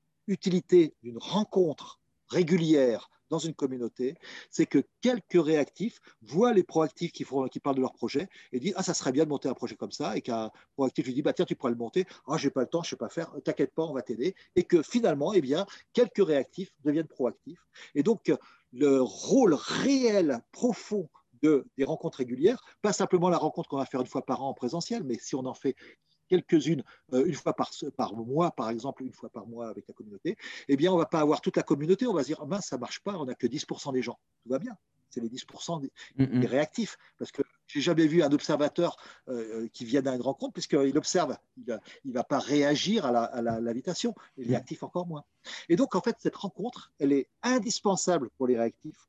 utilité d'une rencontre régulière dans une communauté, c'est que quelques réactifs voient les proactifs qui, font, qui parlent de leur projet et disent ah ça serait bien de monter un projet comme ça, et qu'un proactif lui dit bah tiens tu pourrais le monter, ah j'ai pas le temps, je sais pas faire, t'inquiète pas on va t'aider, et que finalement eh bien quelques réactifs deviennent proactifs. Et donc le rôle réel profond de, des rencontres régulières, pas simplement la rencontre qu'on va faire une fois par an en présentiel, mais si on en fait quelques-unes euh, une fois par, par mois, par exemple, une fois par mois avec la communauté, eh bien, on ne va pas avoir toute la communauté. On va se dire, ah, mince, ça ne marche pas, on n'a que dix pour cent des gens. Tout va bien. C'est les dix pour cent des, mm-hmm. des réactifs. Parce que je n'ai jamais vu un observateur euh, qui vienne à une rencontre, puisqu'il observe. Il ne va pas réagir à, la, à la, l'invitation. Et les réactifs encore moins. Et donc, en fait, cette rencontre, elle est indispensable pour les réactifs.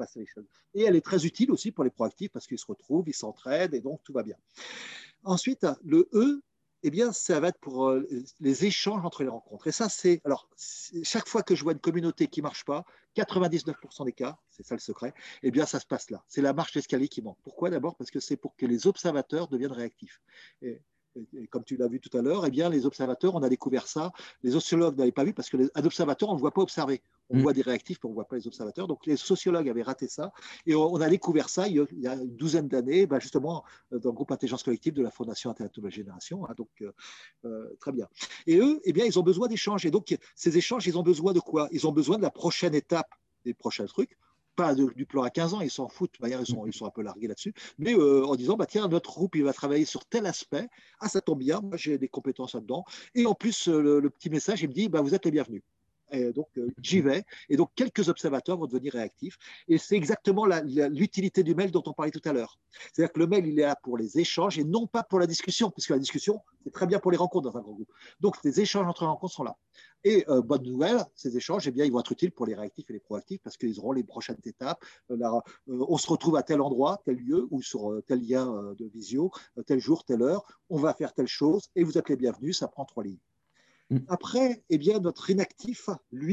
Et elle est très utile aussi pour les proactifs, parce qu'ils se retrouvent, ils s'entraident, et donc tout va bien. Ensuite, le E, eh bien, ça va être pour euh, les échanges entre les rencontres. Et ça, c'est. Alors, chaque fois que je vois une communauté qui ne marche pas, quatre-vingt-dix-neuf pour cent des cas, c'est ça le secret, eh bien, ça se passe là. C'est la marche d'escalier qui manque. Pourquoi? D'abord, parce que c'est pour que les observateurs deviennent réactifs. Et, et, et comme tu l'as vu tout à l'heure, eh bien, les observateurs, on a découvert ça. Les sociologues n'avaient pas vu parce qu'un observateur, on ne le voit pas observer. On mmh. voit des réactifs, mais on ne voit pas les observateurs. Donc, les sociologues avaient raté ça. Et on, on a découvert ça il y a une douzaine d'années, ben justement, dans le groupe Intelligence Collective de la Fondation Internet Nouvelle Génération. Hein, donc, euh, très bien. Et eux, eh bien, ils ont besoin d'échanges. Et donc, ces échanges, ils ont besoin de quoi? Ils ont besoin de la prochaine étape des prochains trucs. Pas de, du plan à quinze ans, ils s'en foutent. D'ailleurs, ils sont, ils sont un peu largués là-dessus. Mais euh, en disant, bah, tiens, notre groupe, il va travailler sur tel aspect. Ah, ça tombe bien, moi, j'ai des compétences là-dedans. Et en plus, le, le petit message, il me dit, bah, vous êtes les bienvenus. Et donc, euh, j'y vais. Et donc, quelques observateurs vont devenir réactifs. Et c'est exactement la, la, l'utilité du mail dont on parlait tout à l'heure. C'est-à-dire que le mail, il est là pour les échanges et non pas pour la discussion, puisque la discussion, c'est très bien pour les rencontres dans un grand groupe. Donc, les échanges entre les rencontres sont là. Et euh, bonne nouvelle, ces échanges, eh bien, ils vont être utiles pour les réactifs et les proactifs parce qu'ils auront les prochaines étapes. Euh, là, euh, on se retrouve à tel endroit, tel lieu, ou sur euh, tel lien euh, de visio, euh, tel jour, telle heure. On va faire telle chose et vous êtes les bienvenus. Ça prend trois lignes. Après, eh bien, notre inactif, lui,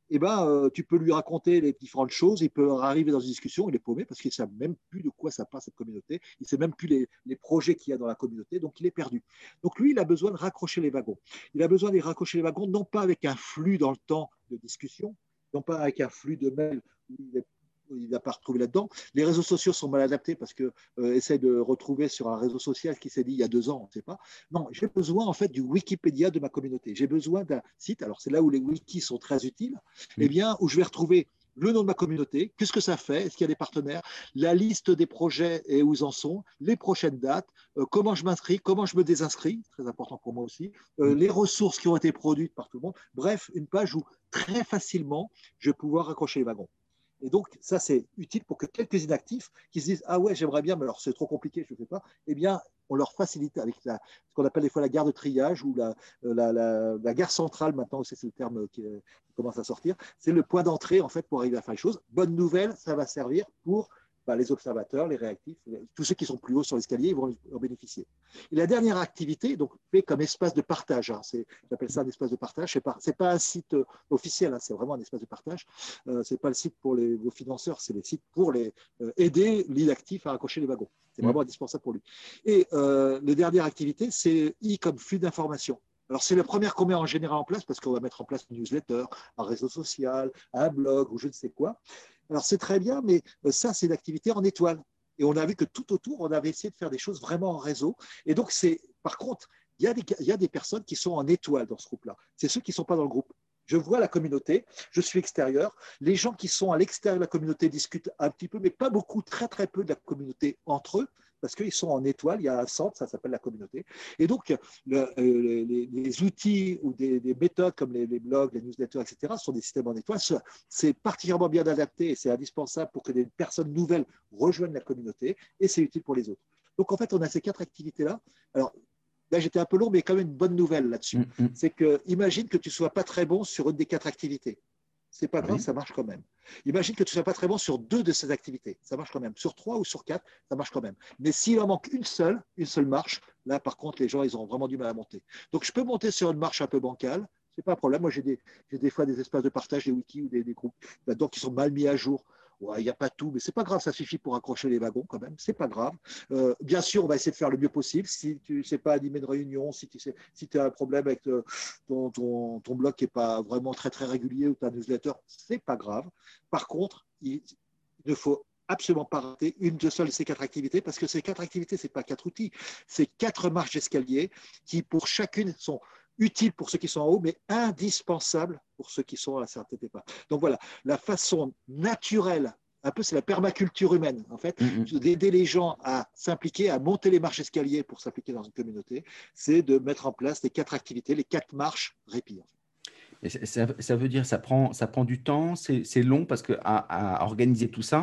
eh ben, euh, tu peux lui raconter les différentes choses, il peut arriver dans une discussion, il est paumé parce qu'il ne sait même plus de quoi ça parle cette communauté, il ne sait même plus les, les projets qu'il y a dans la communauté, donc il est perdu. Donc lui, il a besoin de raccrocher les wagons. Il a besoin de raccrocher les wagons, non pas avec un flux dans le temps de discussion, non pas avec un flux de mails où il est il n'a pas retrouvé là-dedans. Les réseaux sociaux sont mal adaptés parce que euh, essaie de retrouver sur un réseau social qui s'est dit il y a deux ans, on ne sait pas. Non, j'ai besoin en fait du Wikipédia de ma communauté. J'ai besoin d'un site, alors c'est là où les wikis sont très utiles, Oui. eh bien, où je vais retrouver le nom de ma communauté, qu'est-ce que ça fait, est-ce qu'il y a des partenaires, la liste des projets et où ils en sont, les prochaines dates, euh, comment je m'inscris, comment je me désinscris, très important pour moi aussi, euh, les ressources qui ont été produites par tout le monde. Bref, une page où très facilement je vais pouvoir raccrocher les wagons. Et donc, ça, c'est utile pour que quelques inactifs qui se disent « Ah ouais, j'aimerais bien, mais alors c'est trop compliqué, je ne fais pas », eh bien, on leur facilite avec la, ce qu'on appelle des fois la gare de triage ou la, la, la, la gare centrale, maintenant, c'est le terme qui, qui commence à sortir. C'est le point d'entrée, en fait, pour arriver à faire les choses. Bonne nouvelle, ça va servir pour bah, les observateurs, les réactifs, les, tous ceux qui sont plus hauts sur l'escalier, ils vont en bénéficier. Et la dernière activité, donc, fait comme espace de partage, hein, j'appelle ça un espace de partage, ce n'est pas, pas un site euh, officiel, hein, c'est vraiment un espace de partage, euh, ce n'est pas le site pour les, vos financeurs, c'est les sites pour les, euh, aider l'inactif à accrocher les wagons. C'est vraiment mmh. indispensable pour lui. Et euh, la dernière activité, c'est I comme flux d'informations. Alors, c'est la première qu'on met en général en place parce qu'on va mettre en place une newsletter, un réseau social, un blog ou je ne sais quoi. Alors, c'est très bien, mais ça, c'est l'activité en étoile. Et on a vu que tout autour, on avait essayé de faire des choses vraiment en réseau. Et donc, c'est, par contre, il y a des, il y a des personnes qui sont en étoile dans ce groupe-là. C'est ceux qui ne sont pas dans le groupe. Je vois la communauté, je suis extérieur. Les gens qui sont à l'extérieur de la communauté discutent un petit peu, mais pas beaucoup, très très peu de la communauté entre eux, parce qu'ils sont en étoile, il y a un centre, ça s'appelle la communauté. Et donc, le, euh, les, les outils ou des, des méthodes comme les, les blogs, les newsletters, et cetera, sont des systèmes en étoile. C'est particulièrement bien adapté et c'est indispensable pour que des personnes nouvelles rejoignent la communauté et c'est utile pour les autres. Donc, en fait, on a ces quatre activités-là. Alors, là, j'étais un peu long, mais quand même une bonne nouvelle là-dessus. Mm -hmm. C'est que, imagine que tu ne sois pas très bon sur une des quatre activités. C'est pas grave, oui. Ça marche quand même. Imagine que tu ne sois pas très bon sur deux de ces activités. Ça marche quand même. Sur trois ou sur quatre, ça marche quand même. Mais s'il en manque une seule, une seule marche, là, par contre, les gens, ils auront vraiment du mal à monter. Donc, je peux monter sur une marche un peu bancale. Ce n'est pas un problème. Moi, j'ai des, des fois des espaces de partage, des wikis ou des, des groupes là-dedans qui sont mal mis à jour. Ouais, il n'y a pas tout, mais ce n'est pas grave, ça suffit pour accrocher les wagons quand même, ce n'est pas grave. Euh, bien sûr, on va essayer de faire le mieux possible. Si tu ne sais pas animer une réunion, si tu sais, si as un problème avec ton, ton, ton blog qui n'est pas vraiment très très régulier ou ta newsletter, ce n'est pas grave. Par contre, il, il ne faut absolument pas rater une de seules de ces quatre activités parce que ces quatre activités, ce n'est pas quatre outils, c'est quatre marches d'escalier qui pour chacune sont utile pour ceux qui sont en haut, mais indispensable pour ceux qui sont à un certain départ. Donc voilà, la façon naturelle, un peu c'est la permaculture humaine, en fait, mm-hmm. d'aider les gens à s'impliquer, à monter les marches escaliers pour s'impliquer dans une communauté, c'est de mettre en place les quatre activités, les quatre marches répit. En fait. Et ça, ça veut dire ça prend, ça prend du temps, c'est long parce qu'à à organiser tout ça,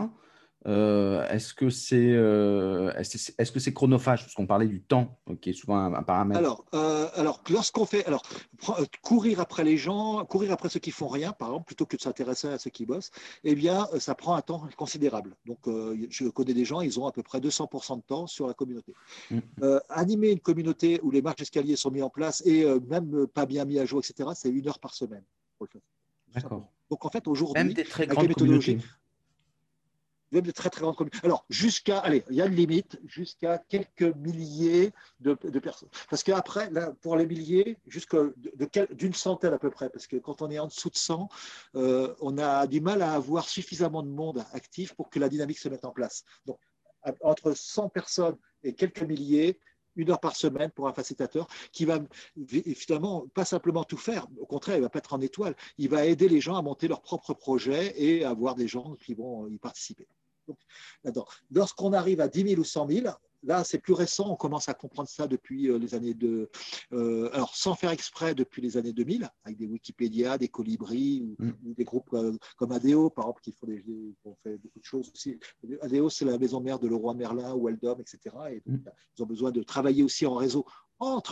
Euh, est-ce que c'est euh, est-ce, est-ce que c'est chronophage parce qu'on parlait du temps qui est souvent un, un paramètre. Alors, euh, alors lorsqu'on fait alors courir après les gens, courir après ceux qui font rien, par exemple, plutôt que de s'intéresser à ceux qui bossent, eh bien, ça prend un temps considérable. Donc, euh, je connais des gens, ils ont à peu près deux cents pour cent de temps sur la communauté. Mmh. Euh, animer une communauté où les marches d'escalier sont mises en place et euh, même pas bien mis à jour, et cetera, c'est une heure par semaine. D'accord. Donc, en fait, aujourd'hui, même des très grandes communautés. Même de très très grandes communautés. Alors, jusqu'à, allez, il y a une limite, jusqu'à quelques milliers de, de personnes. Parce qu'après, là, pour les milliers, jusqu'à d'une centaine à peu près, parce que quand on est en dessous de cent, euh, on a du mal à avoir suffisamment de monde actif pour que la dynamique se mette en place. Donc, entre cent personnes et quelques milliers, une heure par semaine pour un facilitateur qui va finalement pas simplement tout faire, au contraire, il ne va pas être en étoile, il va aider les gens à monter leur propre projet et avoir des gens qui vont y participer. Donc, lorsqu'on arrive à dix mille ou cent mille, là c'est plus récent, on commence à comprendre ça depuis les années de, euh, alors sans faire exprès depuis les années deux mille, avec des Wikipédia, des Colibris ou, mm. ou des groupes euh, comme Adeo par exemple qui font, des, qui ont fait beaucoup de choses aussi. Adeo c'est la maison mère de Leroy Merlin ou Eldom, et cetera. Et donc, mm. ils ont besoin de travailler aussi en réseau entre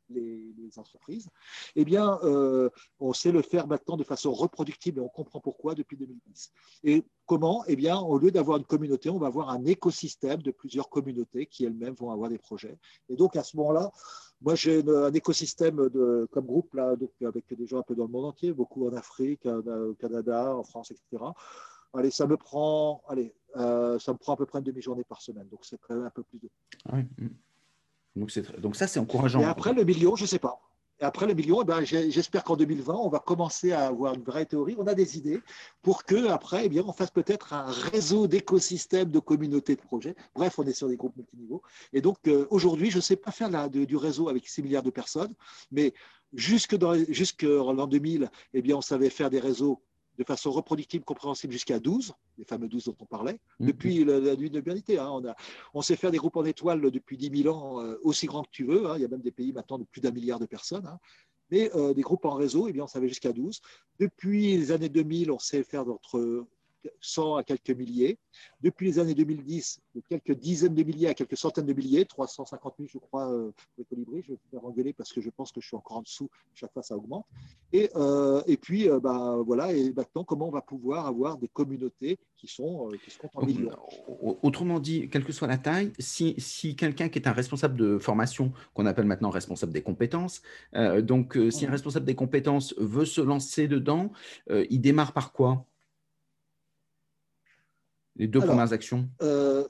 les, les entreprises, eh bien, euh, on sait le faire maintenant de façon reproductible et on comprend pourquoi depuis deux mille dix. Et comment? Eh bien, au lieu d'avoir une communauté, on va avoir un écosystème de plusieurs communautés qui elles-mêmes vont avoir des projets. Et donc, à ce moment-là, moi, j'ai un écosystème de, comme groupe là, donc, avec des gens un peu dans le monde entier, beaucoup en Afrique, au Canada, en France, et cetera. Allez, ça me prend, allez, euh, ça me prend à peu près une demi-journée par semaine, donc c'est quand même un peu plus de. Ah oui. Donc, donc ça, c'est Et encourageant. après le million, je ne sais pas. Et après le million, eh ben, j'espère qu'en deux mille vingt, on va commencer à avoir une vraie théorie. On a des idées pour que après, eh bien, on fasse peut-être un réseau d'écosystèmes, de communautés de projets. Bref, on est sur des groupes multiniveaux. Et donc, euh, aujourd'hui, je ne sais pas faire la, de, du réseau avec six milliards de personnes, mais jusque dans, jusque l'an deux mille, eh bien, on savait faire des réseaux de façon reproductible, compréhensible jusqu'à douze, les fameux douze dont on parlait, depuis la, la nuit de l'humanité. Hein, on, a, on sait faire des groupes en étoiles depuis dix mille ans, euh, aussi grands que tu veux. Hein, il y a même des pays maintenant de plus d'un milliard de personnes. Hein, mais euh, des groupes en réseau, eh bien, on savait jusqu'à douze. Depuis les années deux mille, on sait faire d'entre cent à quelques milliers. Depuis les années deux mille dix, de quelques dizaines de milliers à quelques centaines de milliers, trois cent cinquante mille, je crois, euh, pour les colibris. Je vais me faire engueuler parce que je pense que je suis encore en dessous. Chaque fois, ça augmente. Et, euh, et puis, euh, bah, voilà. Et maintenant, comment on va pouvoir avoir des communautés qui, sont, euh, qui se comptent en millions. Autrement dit, quelle que soit la taille, si, si quelqu'un qui est un responsable de formation, qu'on appelle maintenant responsable des compétences, euh, donc euh, si un responsable des compétences veut se lancer dedans, euh, il démarre par quoi? Les deux Alors, premières actions euh,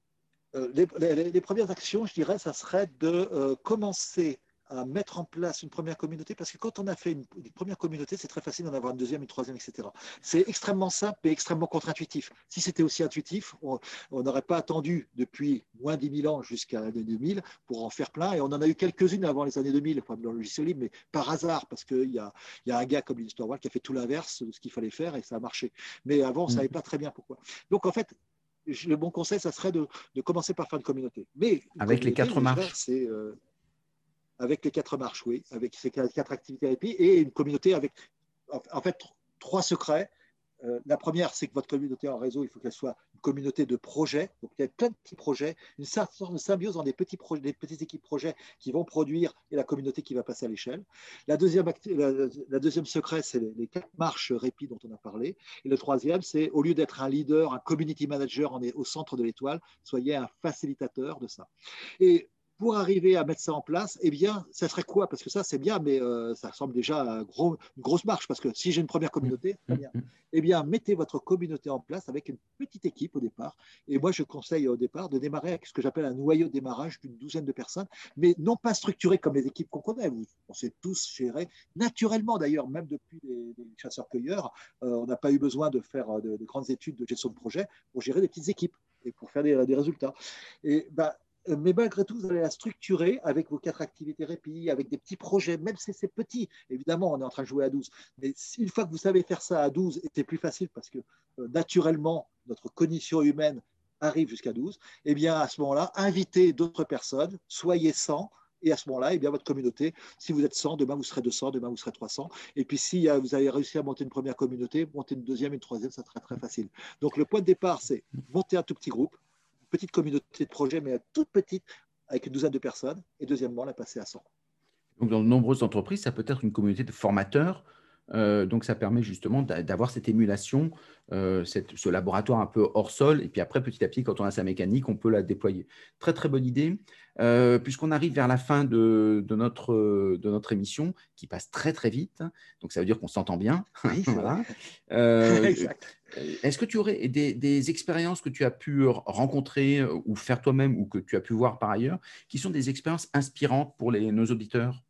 les, les, les premières actions, je dirais, ça serait de euh, commencer à mettre en place une première communauté, parce que quand on a fait une, une première communauté, c'est très facile d'en avoir une deuxième, une troisième, et cetera. C'est extrêmement simple et extrêmement contre-intuitif. Si c'était aussi intuitif, on n'aurait pas attendu depuis moins dix mille ans jusqu'à l'année deux mille pour en faire plein, et on en a eu quelques-unes avant les années deux mille, enfin, dans le logiciel libre, mais par hasard, parce qu'il y a, y a un gars comme l'Histoire World qui a fait tout l'inverse de ce qu'il fallait faire, et ça a marché. Mais avant, on ne savait pas très bien pourquoi. Donc, en fait, le bon conseil, ça serait de, de commencer par faire une communauté. Mais une avec communauté, les quatre déjà, marches. c'est euh, avec les quatre marches, oui, avec ces quatre activités R P et une communauté avec, en fait, trois secrets. Euh, la première, c'est que votre communauté en réseau, il faut qu'elle soit une communauté de projets. Donc, il y a plein de petits projets, une sorte de symbiose dans des petits projets, des petites équipes projets qui vont produire et la communauté qui va passer à l'échelle. La deuxième, la, la deuxième secret, c'est les, les quatre marches répit dont on a parlé. Et le troisième, c'est au lieu d'être un leader, un community manager, on est au centre de l'étoile, soyez un facilitateur de ça. Et pour arriver à mettre ça en place, eh bien, ça serait quoi? Parce que ça, c'est bien, mais euh, ça ressemble déjà à un gros, une grosse marche. Parce que si j'ai une première communauté, très bien. Eh bien, mettez votre communauté en place avec une petite équipe au départ. Et moi, je conseille au départ de démarrer avec ce que j'appelle un noyau de démarrage d'une douzaine de personnes, mais non pas structuré comme les équipes qu'on connaît. On sait tous gérer naturellement, d'ailleurs, même depuis les, les chasseurs-cueilleurs, euh, on n'a pas eu besoin de faire de, de grandes études de gestion de projet pour gérer des petites équipes et pour faire des, des résultats. Et bah, mais malgré tout, vous allez la structurer avec vos quatre activités répit, avec des petits projets, même si c'est petit. Évidemment, on est en train de jouer à douze. Mais une fois que vous savez faire ça à douze, c'est plus facile parce que euh, naturellement, notre cognition humaine arrive jusqu'à douze. Eh bien, à ce moment-là, invitez d'autres personnes, soyez cent. Et à ce moment-là, eh bien, votre communauté, si vous êtes cent, demain vous serez deux cents, demain vous serez trois cents. Et puis si euh, vous avez réussi à monter une première communauté, monter une deuxième, une troisième, ça sera très facile. Donc le point de départ, c'est monter un tout petit groupe, petite communauté de projet, mais toute petite, avec une douzaine de personnes, et deuxièmement, la passer à cent. Donc, dans de nombreuses entreprises, ça peut être une communauté de formateurs. Euh, donc, ça permet justement d'avoir cette émulation, euh, cette, ce laboratoire un peu hors sol. Et puis après, petit à petit, quand on a sa mécanique, on peut la déployer. Très, très bonne idée. Euh, puisqu'on arrive vers la fin de, de, notre, de notre émission, qui passe très, très vite. Donc, ça veut dire qu'on s'entend bien. Oui, voilà. Euh, exact. Est-ce que tu aurais des, des expériences que tu as pu rencontrer ou faire toi-même ou que tu as pu voir par ailleurs, qui sont des expériences inspirantes pour les, nos auditeurs?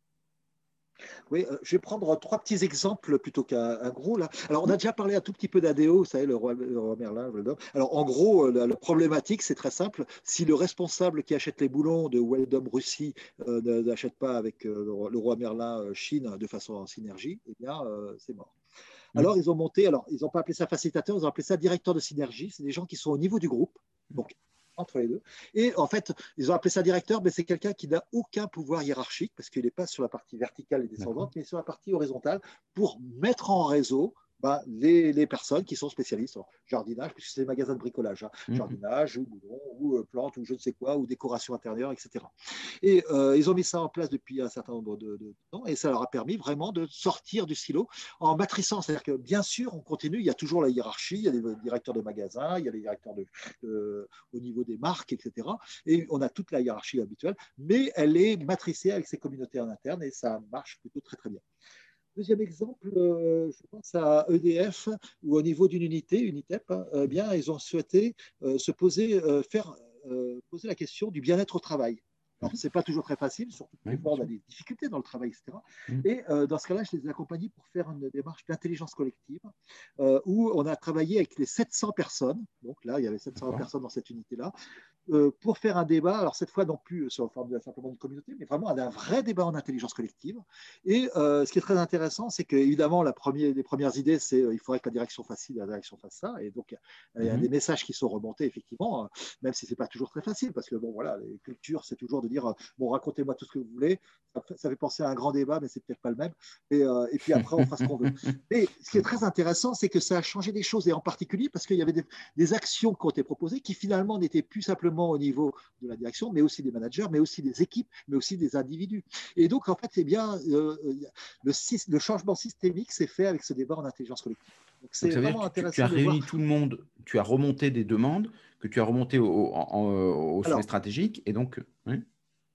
Oui, euh, je vais prendre trois petits exemples plutôt qu'un gros. Là. Alors, on a déjà parlé un tout petit peu d'A D O, vous savez, le roi, le roi Merlin. Le Alors, en gros, la, la problématique, c'est très simple. Si le responsable qui achète les boulons de Weldom Russie euh, n'achète pas avec euh, le, roi, le roi Merlin euh, Chine de façon en synergie, eh bien, euh, c'est mort. Alors, ils ont monté, alors, ils n'ont pas appelé ça facilitateur, ils ont appelé ça directeur de synergie. C'est des gens qui sont au niveau du groupe, donc entre les deux. Et en fait, ils ont appelé ça directeur, mais c'est quelqu'un qui n'a aucun pouvoir hiérarchique, parce qu'il n'est pas sur la partie verticale et descendante, mais sur la partie horizontale, pour mettre en réseau ben, les, les personnes qui sont spécialistes en jardinage, puisque c'est des magasins de bricolage, hein, Mmh. jardinage ou boulon, ou euh, plantes, ou je ne sais quoi, ou décoration intérieure, et cetera. Et euh, ils ont mis ça en place depuis un certain nombre de, de temps, et ça leur a permis vraiment de sortir du silo en matrissant. C'est-à-dire que bien sûr, on continue, il y a toujours la hiérarchie, il y a les directeurs de magasins, il y a les directeurs de, de, au niveau des marques, et cetera. Et on a toute la hiérarchie habituelle, mais elle est matricée avec ses communautés en interne, et ça marche plutôt très très bien. Deuxième exemple, euh, je pense à E D F, où au niveau d'une unité, Unitep, hein, eh bien, ils ont souhaité euh, se poser, euh, faire, euh, poser la question du bien-être au travail. Alors, Mmh. ce n'est pas toujours très facile, surtout que Oui, des bien fois, on a sûr. des difficultés dans le travail, et cetera. Mmh. Et euh, dans ce cas-là, je les ai accompagnés pour faire une démarche d'intelligence collective, euh, où on a travaillé avec les sept cents personnes. Donc là, il y avait sept cents D'accord. personnes dans cette unité-là, euh, pour faire un débat, alors cette fois non plus sur la forme de simplement une communauté, mais vraiment un vrai débat en intelligence collective. Et euh, ce qui est très intéressant, c'est qu'évidemment, la première, les premières idées, c'est euh, il faudrait que la direction fasse ci, la direction fasse ça. Et donc, il y a Mmh. des messages qui sont remontés, effectivement, euh, même si ce n'est pas toujours très facile, parce que, bon, voilà, les cultures, c'est toujours de dire, euh, bon, racontez-moi tout ce que vous voulez. Ça fait, ça fait penser à un grand débat, mais c'est peut-être pas le même. Et, euh, et puis après, on fera ce qu'on veut. Mais ce qui est très intéressant, c'est que ça a changé des choses, et en particulier parce qu'il y avait des, des actions qui ont été proposées qui finalement n'étaient plus simplement au niveau de la direction, mais aussi des managers, mais aussi des équipes, mais aussi des individus. Et donc, en fait, eh bien, euh, le, le changement systémique s'est fait avec ce débat en intelligence collective. Donc, Donc, c'est ça veut dire vraiment que tu, tu as intéressant de voir. réuni tout le monde, tu as remonté des demandes que tu as remontées au, en- en- au sommet Alors, stratégique. Et donc, oui.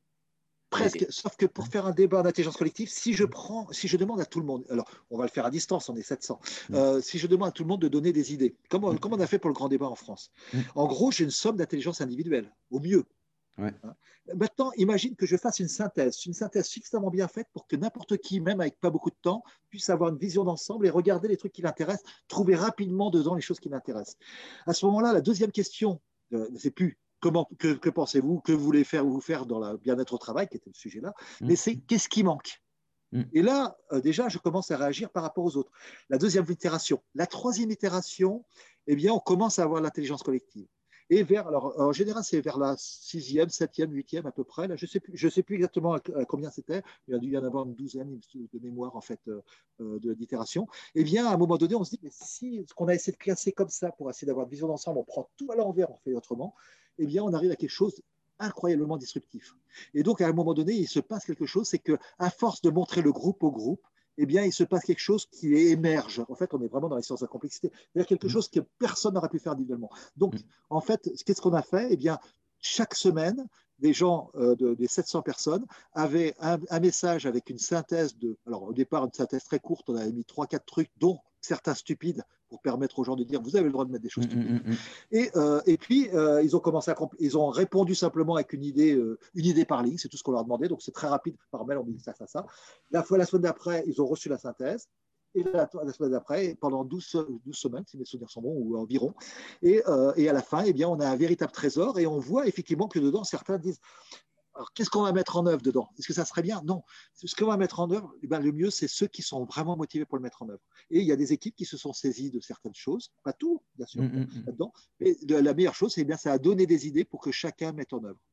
presque, Et, sauf que pour faire un débat d'intelligence collective, si je prends, si je demande à tout le monde, alors on va le faire à distance, on est sept cents, mm, euh, si je demande à tout le monde de donner des idées, comme, on- comme on a fait pour le grand débat en France, mm, en gros, j'ai une somme d'intelligence individuelle, au mieux. ouais. Hein. Maintenant, imagine que je fasse une synthèse, une synthèse suffisamment bien faite pour que n'importe qui, même avec pas beaucoup de temps, puisse avoir une vision d'ensemble et regarder les trucs qui l'intéressent, trouver rapidement dedans les choses qui l'intéressent. À ce moment-là, la deuxième question, euh, c'est plus comment, que, que pensez-vous, que vous voulez faire ou vous faire dans le bien-être au travail, qui était le sujet là, mais mm, c'est qu'est-ce qui manque. mm, Et là, euh, déjà, je commence à réagir par rapport aux autres. La deuxième itération. La troisième itération, eh bien, on commence à avoir l'intelligence collective. Et vers, alors, en général, c'est vers la sixième, septième, huitième à peu près. Là, je ne sais plus, je sais plus exactement à, à combien c'était. Il y a dû y en avoir une douzaine de mémoire, en fait, euh, d'itération. Eh bien, à un moment donné, on se dit, mais si ce qu'on a essayé de classer comme ça pour essayer d'avoir une vision d'ensemble, on prend tout à l'envers, on fait autrement, eh bien, on arrive à quelque chose incroyablement disruptif. Et donc, à un moment donné, il se passe quelque chose, c'est qu'à force de montrer le groupe au groupe, eh bien, il se passe quelque chose qui émerge. En fait, on est vraiment dans les sciences de la complexité. C'est-à-dire quelque mm, chose que personne n'aurait pu faire individuellement. Donc, mm, en fait, qu'est-ce qu'on a fait? Eh bien, chaque semaine, des gens, euh, de, des sept cents personnes, avaient un, un, message avec une synthèse de. Alors, au départ, une synthèse très courte, on avait mis trois quatre trucs, dont certains stupides, pour permettre aux gens de dire vous avez le droit de mettre des choses mm, stupides. mm, mm. Et, euh, et puis, euh, ils ont commencé à ils ont répondu simplement avec une idée, euh, une idée par ligne, c'est tout ce qu'on leur demandait. Donc, c'est très rapide. Par mail, on dit ça, ça, ça. La, fois, la semaine d'après, ils ont reçu la synthèse. Et la, la semaine d'après, pendant douze, douze semaines, si mes souvenirs sont bons, ou environ. Et, euh, et à la fin, eh bien, on a un véritable trésor et on voit effectivement que dedans, certains disent alors, qu'est-ce qu'on va mettre en œuvre dedans? Est-ce que ça serait bien? Non. Ce qu'on va mettre en œuvre, eh bien, le mieux, c'est ceux qui sont vraiment motivés pour le mettre en œuvre. Et il y a des équipes qui se sont saisies de certaines choses, pas tout, bien sûr, Mm, mm, mm. là-dedans, mais la meilleure chose, c'est bien, c'est à donner des idées pour que chacun mette en œuvre.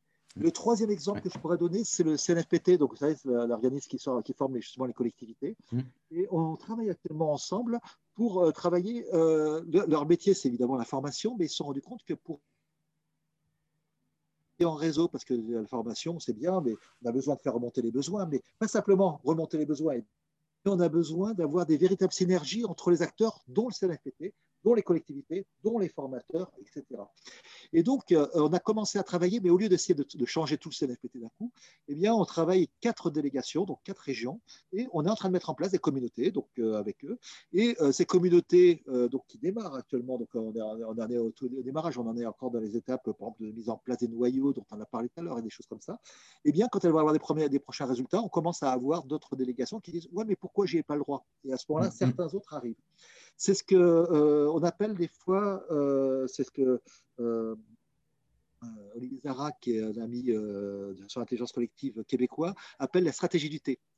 Le troisième exemple Ouais. que je pourrais donner, c'est le C N F P T, donc vous savez, c'est l'organisme qui, sort, qui forme justement les collectivités. Mm, Et on travaille actuellement ensemble pour euh, travailler. Euh, le, leur métier, c'est évidemment la formation, mais ils se sont rendus compte que pour en réseau, parce que la formation, c'est bien, mais on a besoin de faire remonter les besoins, mais pas simplement remonter les besoins. On a besoin d'avoir des véritables synergies entre les acteurs, dont le C N F P T, dont les collectivités, dont les formateurs, et cetera. Et donc, euh, on a commencé à travailler, mais au lieu d'essayer de, de changer tout le C N F P T d'un coup, eh bien, on travaille quatre délégations, donc quatre régions, et on est en train de mettre en place des communautés, donc euh, avec eux. Et euh, ces communautés, euh, donc qui démarrent actuellement, donc on, est, on en est au, tout, au démarrage, on en est encore dans les étapes, par exemple, de mise en place des noyaux, dont on a parlé tout à l'heure, et des choses comme ça. Eh bien, quand elles vont avoir des, premiers, des prochains résultats, on commence à avoir d'autres délégations qui disent, ouais, mais pourquoi j'y ai pas le droit? Et à ce moment-là, mm, mm. certains autres arrivent. C'est ce que euh, on appelle des fois, euh, c'est ce que euh, euh, Olivier Zara, qui est un ami euh, sur l'intelligence collective québécois, appelle la stratégie du thé.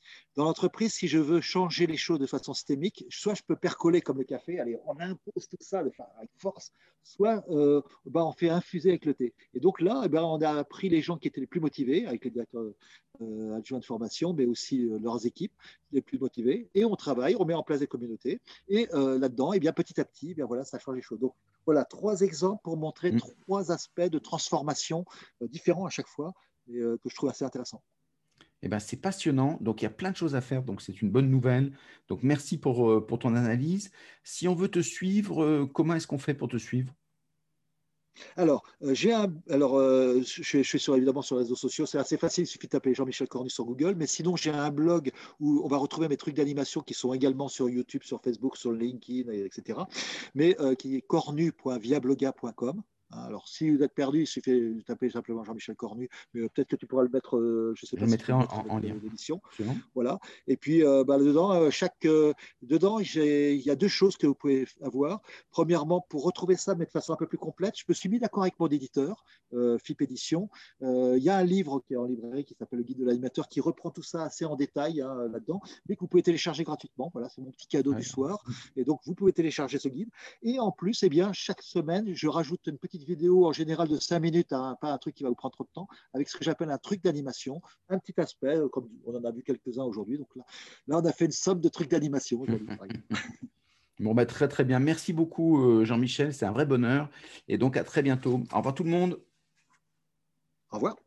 Dans l'entreprise, si je veux changer les choses de façon systémique, soit je peux percoler comme le café, allez, on impose tout ça enfin, avec force, soit euh, bah, on fait infuser avec le thé. Et donc là, eh ben, on a pris les gens qui étaient les plus motivés, avec les directeurs euh, adjoints de formation, mais aussi euh, leurs équipes les plus motivées, et on travaille, on met en place des communautés. Et euh, là-dedans, eh bien, petit à petit, eh bien, voilà, ça change les choses. Donc voilà, trois exemples pour montrer Mm. trois aspects de transformation euh, différents à chaque fois, et euh, que je trouve assez intéressant. Eh ben, c'est passionnant. Donc, il y a plein de choses à faire. Donc, c'est une bonne nouvelle. Donc, merci pour, euh, pour ton analyse. Si on veut te suivre, euh, comment est-ce qu'on fait pour te suivre? Alors, euh, j'ai un, alors euh, je, je suis sur, évidemment sur les réseaux sociaux, c'est assez facile, il suffit de taper Jean-Michel Cornu sur Google, mais sinon j'ai un blog où on va retrouver mes trucs d'animation qui sont également sur YouTube, sur Facebook, sur LinkedIn, et etc. Mais euh, qui est cornu point viabloga point com. Alors, si vous êtes perdu, il suffit de taper simplement Jean-Michel Cornu, mais euh, peut-être que tu pourras le mettre, euh, je ne sais Je pas le si tu mettrai peux le en, mettre en- avec en lien. l'émission. Absolument. Voilà. Et puis, euh, bah, dedans, euh, chaque, euh, dedans il y a deux choses que vous pouvez avoir. Premièrement, pour retrouver ça, mais de façon un peu plus complète, je me suis mis d'accord avec mon éditeur, euh, F I P Édition. Euh, il y a un livre qui est en librairie qui s'appelle Le Guide de l'animateur qui reprend tout ça assez en détail hein, là-dedans, mais que vous pouvez télécharger gratuitement. Voilà, c'est mon petit cadeau du Ouais. soir. Et donc, vous pouvez télécharger ce guide. Et en plus, eh bien, chaque semaine, je rajoute une petite vidéo en général de cinq minutes, hein, pas un truc qui va vous prendre trop de temps, avec ce que j'appelle un truc d'animation, un petit aspect, euh, comme on en a vu quelques-uns aujourd'hui. Donc là, là, on a fait une somme de trucs d'animation aujourd'hui, par exemple. Bon, bah, très, très bien. Merci beaucoup, euh, Jean-Michel. C'est un vrai bonheur. Et donc, à très bientôt. Au revoir tout le monde. Au revoir.